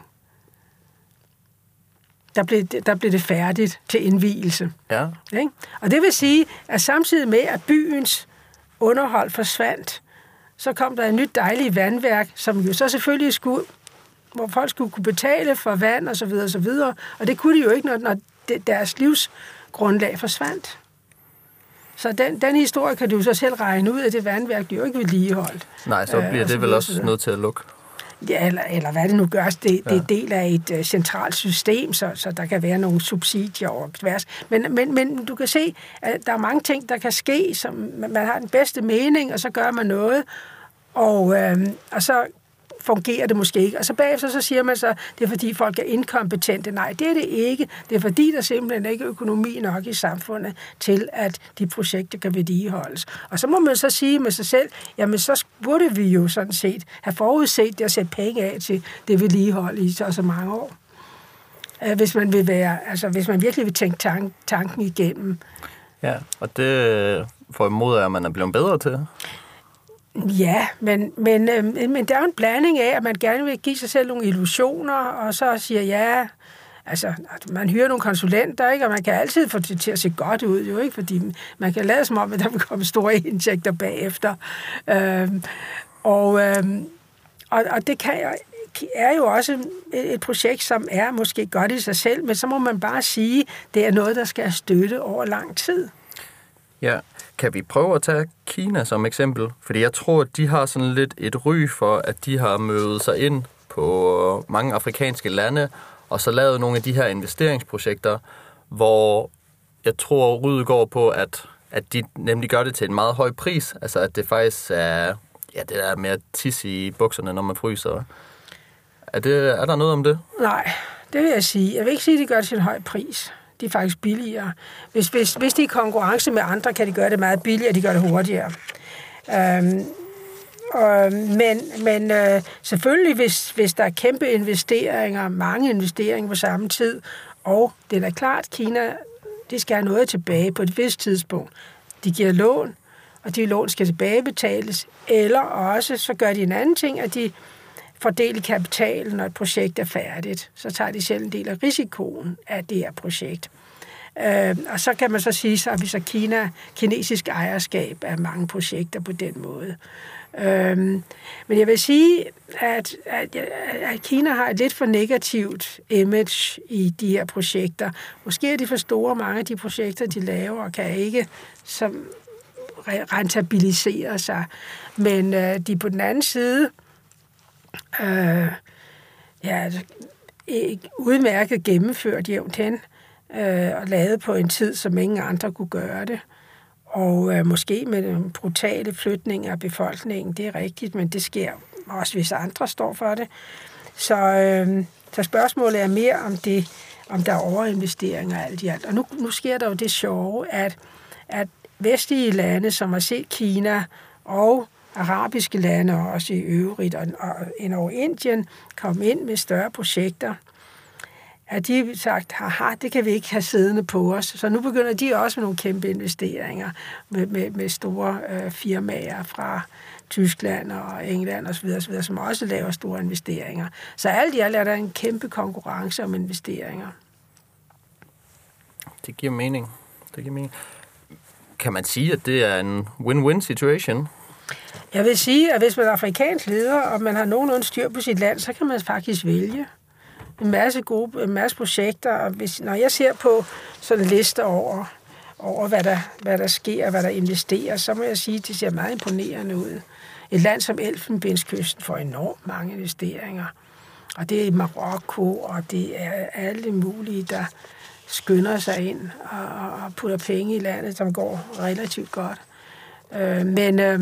Der blev, der blev det færdigt til indvielse. Ja. Ikke? Og det vil sige, at samtidig med, at byens underhold forsvandt, så kom der et nyt dejligt vandværk, som jo så selvfølgelig skulle, hvor folk skulle kunne betale for vand og så videre og så videre, og det kunne de jo ikke, når, når deres livsgrundlag forsvandt. Så den, den historie kan du så selv regne ud, at det vandværk bliver jo ikke vedligeholdt. Nej, så bliver øh, det vel også nødt til at lukke. Ja, eller, eller hvad det nu gør. Det, det er del af et uh, centralt system, så, så der kan være nogle subsidier over tværs. Men, men, men du kan se, at der er mange ting, der kan ske, som man har den bedste mening, og så gør man noget, og, øh, og så fungerer det måske ikke. Og så bagefter så siger man så, det er fordi folk er inkompetente. Nej, det er det ikke. Det er fordi, der simpelthen ikke er økonomi nok i samfundet til, at de projekter kan vedligeholdes. Og så må man så sige med sig selv, jamen så burde vi jo sådan set have forudset det at sætte penge af til det vedligehold i så, så mange år. Hvis man vil være, altså hvis man virkelig vil tænke tank, tanken igennem. Ja, og det formoder jeg, at man er blevet bedre til. Ja, men, men, øh, men der er jo en blanding af, at man gerne vil give sig selv nogle illusioner, og så siger ja, altså man hyrer nogle konsulenter, ikke? Og man kan altid få det til at se godt ud, jo ikke, fordi man kan lade som om, at der vil komme store indtægter bagefter. Øh, og, øh, og, og det kan, er jo også et, et projekt, som er måske godt i sig selv, men så må man bare sige, det er noget, der skal støtte over lang tid. Ja, kan vi prøve at tage Kina som eksempel? Fordi jeg tror, at de har sådan lidt et ry for, at de har mødet sig ind på mange afrikanske lande, og så lavet nogle af de her investeringsprojekter, hvor jeg tror, rydet går på, at, at de nemlig gør det til en meget høj pris. Altså, at det faktisk er, ja, det er med at tisse i bukserne, når man fryser. Er, det, er der noget om det? Nej, det vil jeg sige. Jeg vil ikke sige, at de gør det til en høj pris. De er faktisk billigere. Hvis, hvis, hvis de er i konkurrence med andre, kan de gøre det meget billigere, og de gør det hurtigere. Øhm, og, men men øh, selvfølgelig, hvis, hvis der er kæmpe investeringer, mange investeringer på samme tid, og det er da klart, Kina, de skal have noget tilbage på et vist tidspunkt. De giver lån, og de lån skal tilbagebetales, eller også så gør de en anden ting, at de fordeler kapitalen, når et projekt er færdigt. Så tager de selv en del af risikoen af det her projekt. Øh, og så kan man så sige, så har vi så Kina, kinesisk ejerskab af mange projekter på den måde. Øh, men jeg vil sige, at, at, at Kina har et lidt for negativt image i de her projekter. Måske er de for store, mange af de projekter, de laver, og kan ikke som rentabilisere sig. Men øh, de på den anden side øh, ja, udmærket gennemført jævnt hen, øh, og lavet på en tid, som ingen andre kunne gøre det. Og øh, måske med den brutale flytning af befolkningen, det er rigtigt, men det sker også, hvis andre står for det. Så, øh, så spørgsmålet er mere om det, om der er overinvesteringer og alt i alt. Og nu, nu sker der jo det sjove, at, at vestlige lande, som har set Kina og arabiske lande også i øvrigt, og, og endnu Indien, kom ind med større projekter, at de har sagt, haha, det kan vi ikke have siddende på os. Så nu begynder de også med nogle kæmpe investeringer med, med, med store øh, firmaer fra Tyskland og England osv., osv., som også laver store investeringer. Så alt i alt er der en kæmpe konkurrence om investeringer. Det giver mening. Det giver mening. Kan man sige, at det er en win-win situation? Jeg vil sige, at hvis man er afrikansk leder, og man har nogenlunde styr på sit land, så kan man faktisk vælge en masse gode, en masse projekter. Og hvis, når jeg ser på sådan en liste over, over hvad, der, hvad der sker, hvad der investeres, så må jeg sige, at det ser meget imponerende ud. Et land som Elfenbenskysten får enormt mange investeringer. Og det er Marokko, og det er alle mulige, der skynder sig ind og, og putter penge i landet, som går relativt godt. Øh, men øh,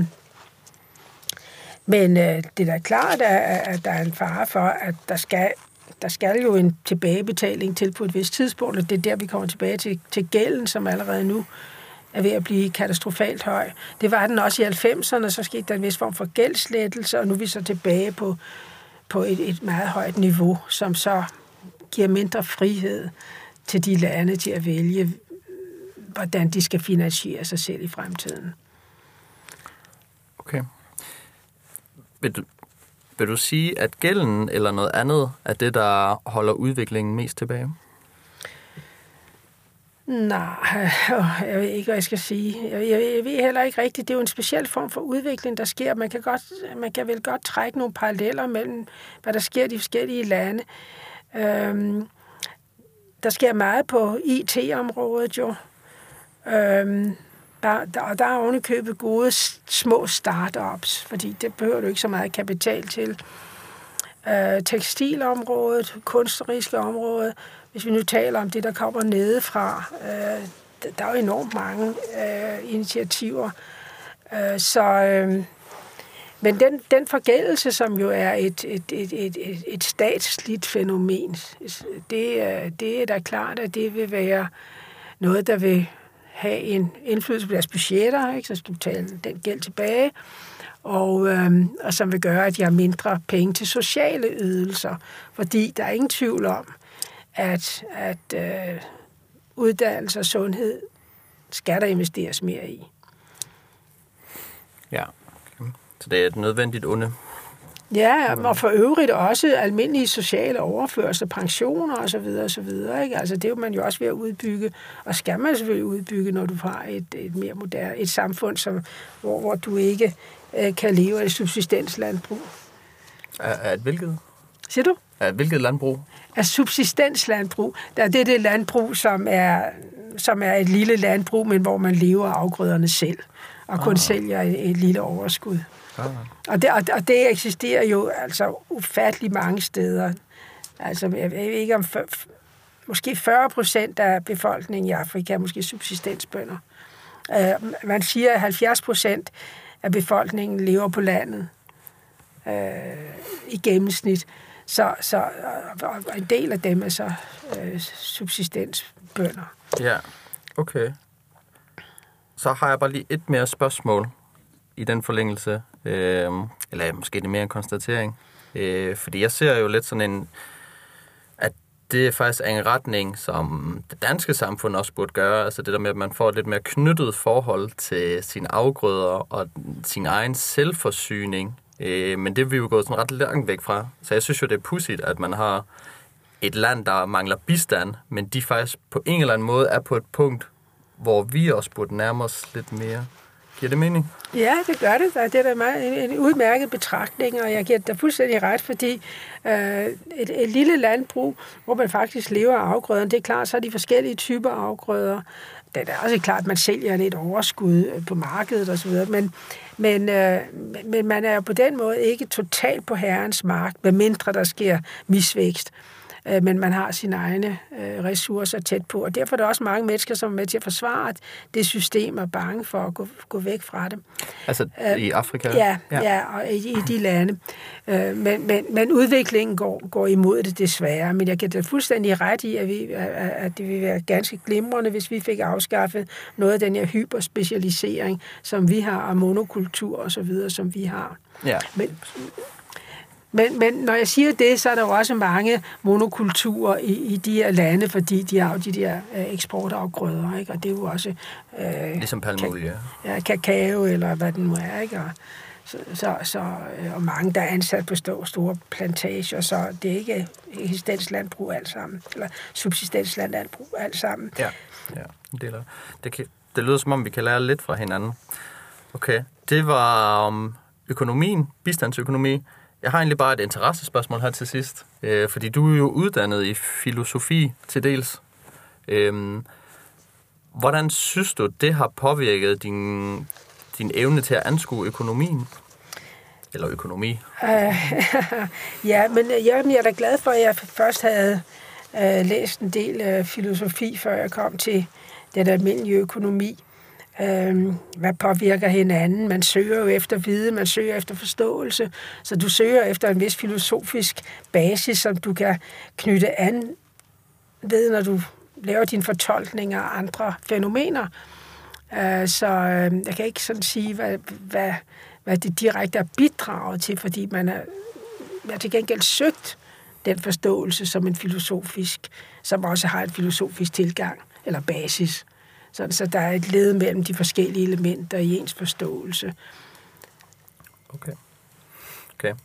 men øh, det er da klart, at, at der er en fare for, at der skal, der skal jo en tilbagebetaling til på et vist tidspunkt, og det er der, vi kommer tilbage til, til gælden, som allerede nu er ved at blive katastrofalt høj. Det var den også i halvfemserne, så skete der en vis form for gældslettelse, og nu er vi så tilbage på, på et, et meget højt niveau, som så giver mindre frihed til de lande til at vælge, hvordan de skal finansiere sig selv i fremtiden. Okay. Vil du, vil du sige, at gælden eller noget andet er det, der holder udviklingen mest tilbage? Nej, jeg ved ikke, hvad jeg skal sige. Jeg, jeg, jeg ved heller ikke rigtigt. Det er jo en speciel form for udvikling, der sker. Man kan, godt, man kan vel godt trække nogle paralleller mellem, hvad der sker i de forskellige lande. Øhm, der sker meget på I T-området jo. Øhm, der, der, der er ovenikøbet gode små startups, fordi det behøver du ikke så meget kapital til. Øh, tekstilområdet, kunstneriske område, hvis vi nu taler om det, der kommer nedefra, øh, der er jo enormt mange øh, initiativer. Øh, så, øh, men den, den forgældelse, som jo er et, et, et, et, et, et statsligt fænomen, det, det er da klart, at det vil være noget, der vil have en indflydelse på deres budgetter, ikke? Så skal du betale den gæld tilbage, og, øhm, og som vil gøre, at de har mindre penge til sociale ydelser, fordi der er ingen tvivl om, at, at øh, uddannelse og sundhed skal der investeres mere i. Ja. Okay. Så det er et nødvendigt onde. Ja, og for øvrigt også almindelige sociale overførsler, pensioner og så videre og så videre. Ikke? Altså det er jo man jo også ved at udbygge, og skal man selvfølgelig udbygge, når du har et, et mere moderne et samfund, som, hvor, hvor du ikke øh, kan leve af subsistenslandbrug. Er, er et hvilket? Siger du? Er et hvilket landbrug? Af subsistenslandbrug. Der er det det landbrug, som er, som er et lille landbrug, men hvor man lever af afgrøderne selv, og kun ah. sælger et, et lille overskud. Ah. Og, det, og det eksisterer jo altså ufattelig mange steder. Altså, jeg ved ikke om for, måske fyrre procent af befolkningen i Afrika er måske subsistensbønder. Uh, man siger, at halvfjerds procent af befolkningen lever på landet uh, i gennemsnit. Så, så og en del af dem er så uh, subsistensbønder. Ja, okay. Så har jeg bare lige et mere spørgsmål i den forlængelse. Øh, eller måske det mere en konstatering. Øh, fordi jeg ser jo lidt sådan en, at det er faktisk en retning, som det danske samfund også burde gøre. Altså det der med, at man får et lidt mere knyttet forhold til sine afgrøder og sin egen selvforsyning. Øh, men det er vi jo gået sådan ret langt væk fra. Så jeg synes jo, det er pudsigt, at man har et land, der mangler bistand, men de faktisk på en eller anden måde er på et punkt, hvor vi også burde nærme os lidt mere. Giver det mening? Ja, det gør det. Det er da meget, en udmærket betragtning, og jeg giver dig fuldstændig ret, fordi øh, et, et lille landbrug, hvor man faktisk lever af afgrøderne, det er klart, så er de forskellige typer afgrøder. Det er også klart, at man sælger et overskud på markedet osv., men, men, øh, men man er jo på den måde ikke totalt på herrens mark, medmindre der sker misvækst. Men man har sine egne øh, ressourcer tæt på. Og derfor er der også mange mennesker, som er med til at forsvare det system og er bange for at gå, gå væk fra det. Altså øh, i Afrika? Ja, ja. ja og i, i de lande. Øh, men, men, men udviklingen går, går imod det desværre. Men jeg kan da fuldstændig ret i, at, vi, at, at det ville være ganske glimrende, hvis vi fik afskaffet noget af den her hyperspecialisering, som vi har, og monokultur og så videre, som vi har. Ja. Men, Men, men når jeg siger det, så er der jo også mange monokulturer i, i de her lande, fordi de har jo de der øh, eksportafgrøder, ikke? Og det er jo også... Øh, ligesom palmeolie. Ka- ja, kakao eller hvad den nu er, ikke? Og, så, så, så, øh, og mange, der er ansat på store, store plantager, så det er ikke eksistenslandbrug alt sammen, eller subsistenslandbrug alt sammen. Ja, ja. Det, det, kan, det lyder som om, vi kan lære lidt fra hinanden. Okay, det var om økonomien, bistandsøkonomi. Jeg har egentlig bare et interessespørgsmål her til sidst, øh, fordi du er jo uddannet i filosofi til dels. Øh, hvordan synes du, det har påvirket din, din evne til at anskue økonomien? Eller økonomi? Uh, ja, men jeg, jeg er da glad for, at jeg først havde uh, læst en del uh, filosofi, før jeg kom til den almindelige økonomi. Øhm, hvad påvirker hinanden? Man søger jo efter viden, man søger efter forståelse, så du søger efter en vis filosofisk basis, som du kan knytte an ved, når du laver dine fortolkninger af andre fænomener. Øh, så øh, jeg kan ikke sådan sige, hvad, hvad, hvad det direkte er bidraget til, fordi man er, man har til gengæld søgt den forståelse som en filosofisk, som også har en filosofisk tilgang eller basis. Så, så der er et led mellem de forskellige elementer i ens forståelse. Okay. Okay.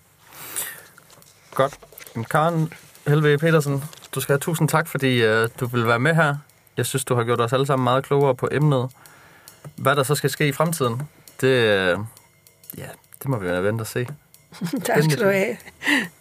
Godt. Karen Helve Petersen, du skal have tusind tak, fordi uh, du vil være med her. Jeg synes, du har gjort os alle sammen meget klogere på emnet. Hvad der så skal ske i fremtiden, det, uh, ja, det må vi jo vente og se. Tak skal du have.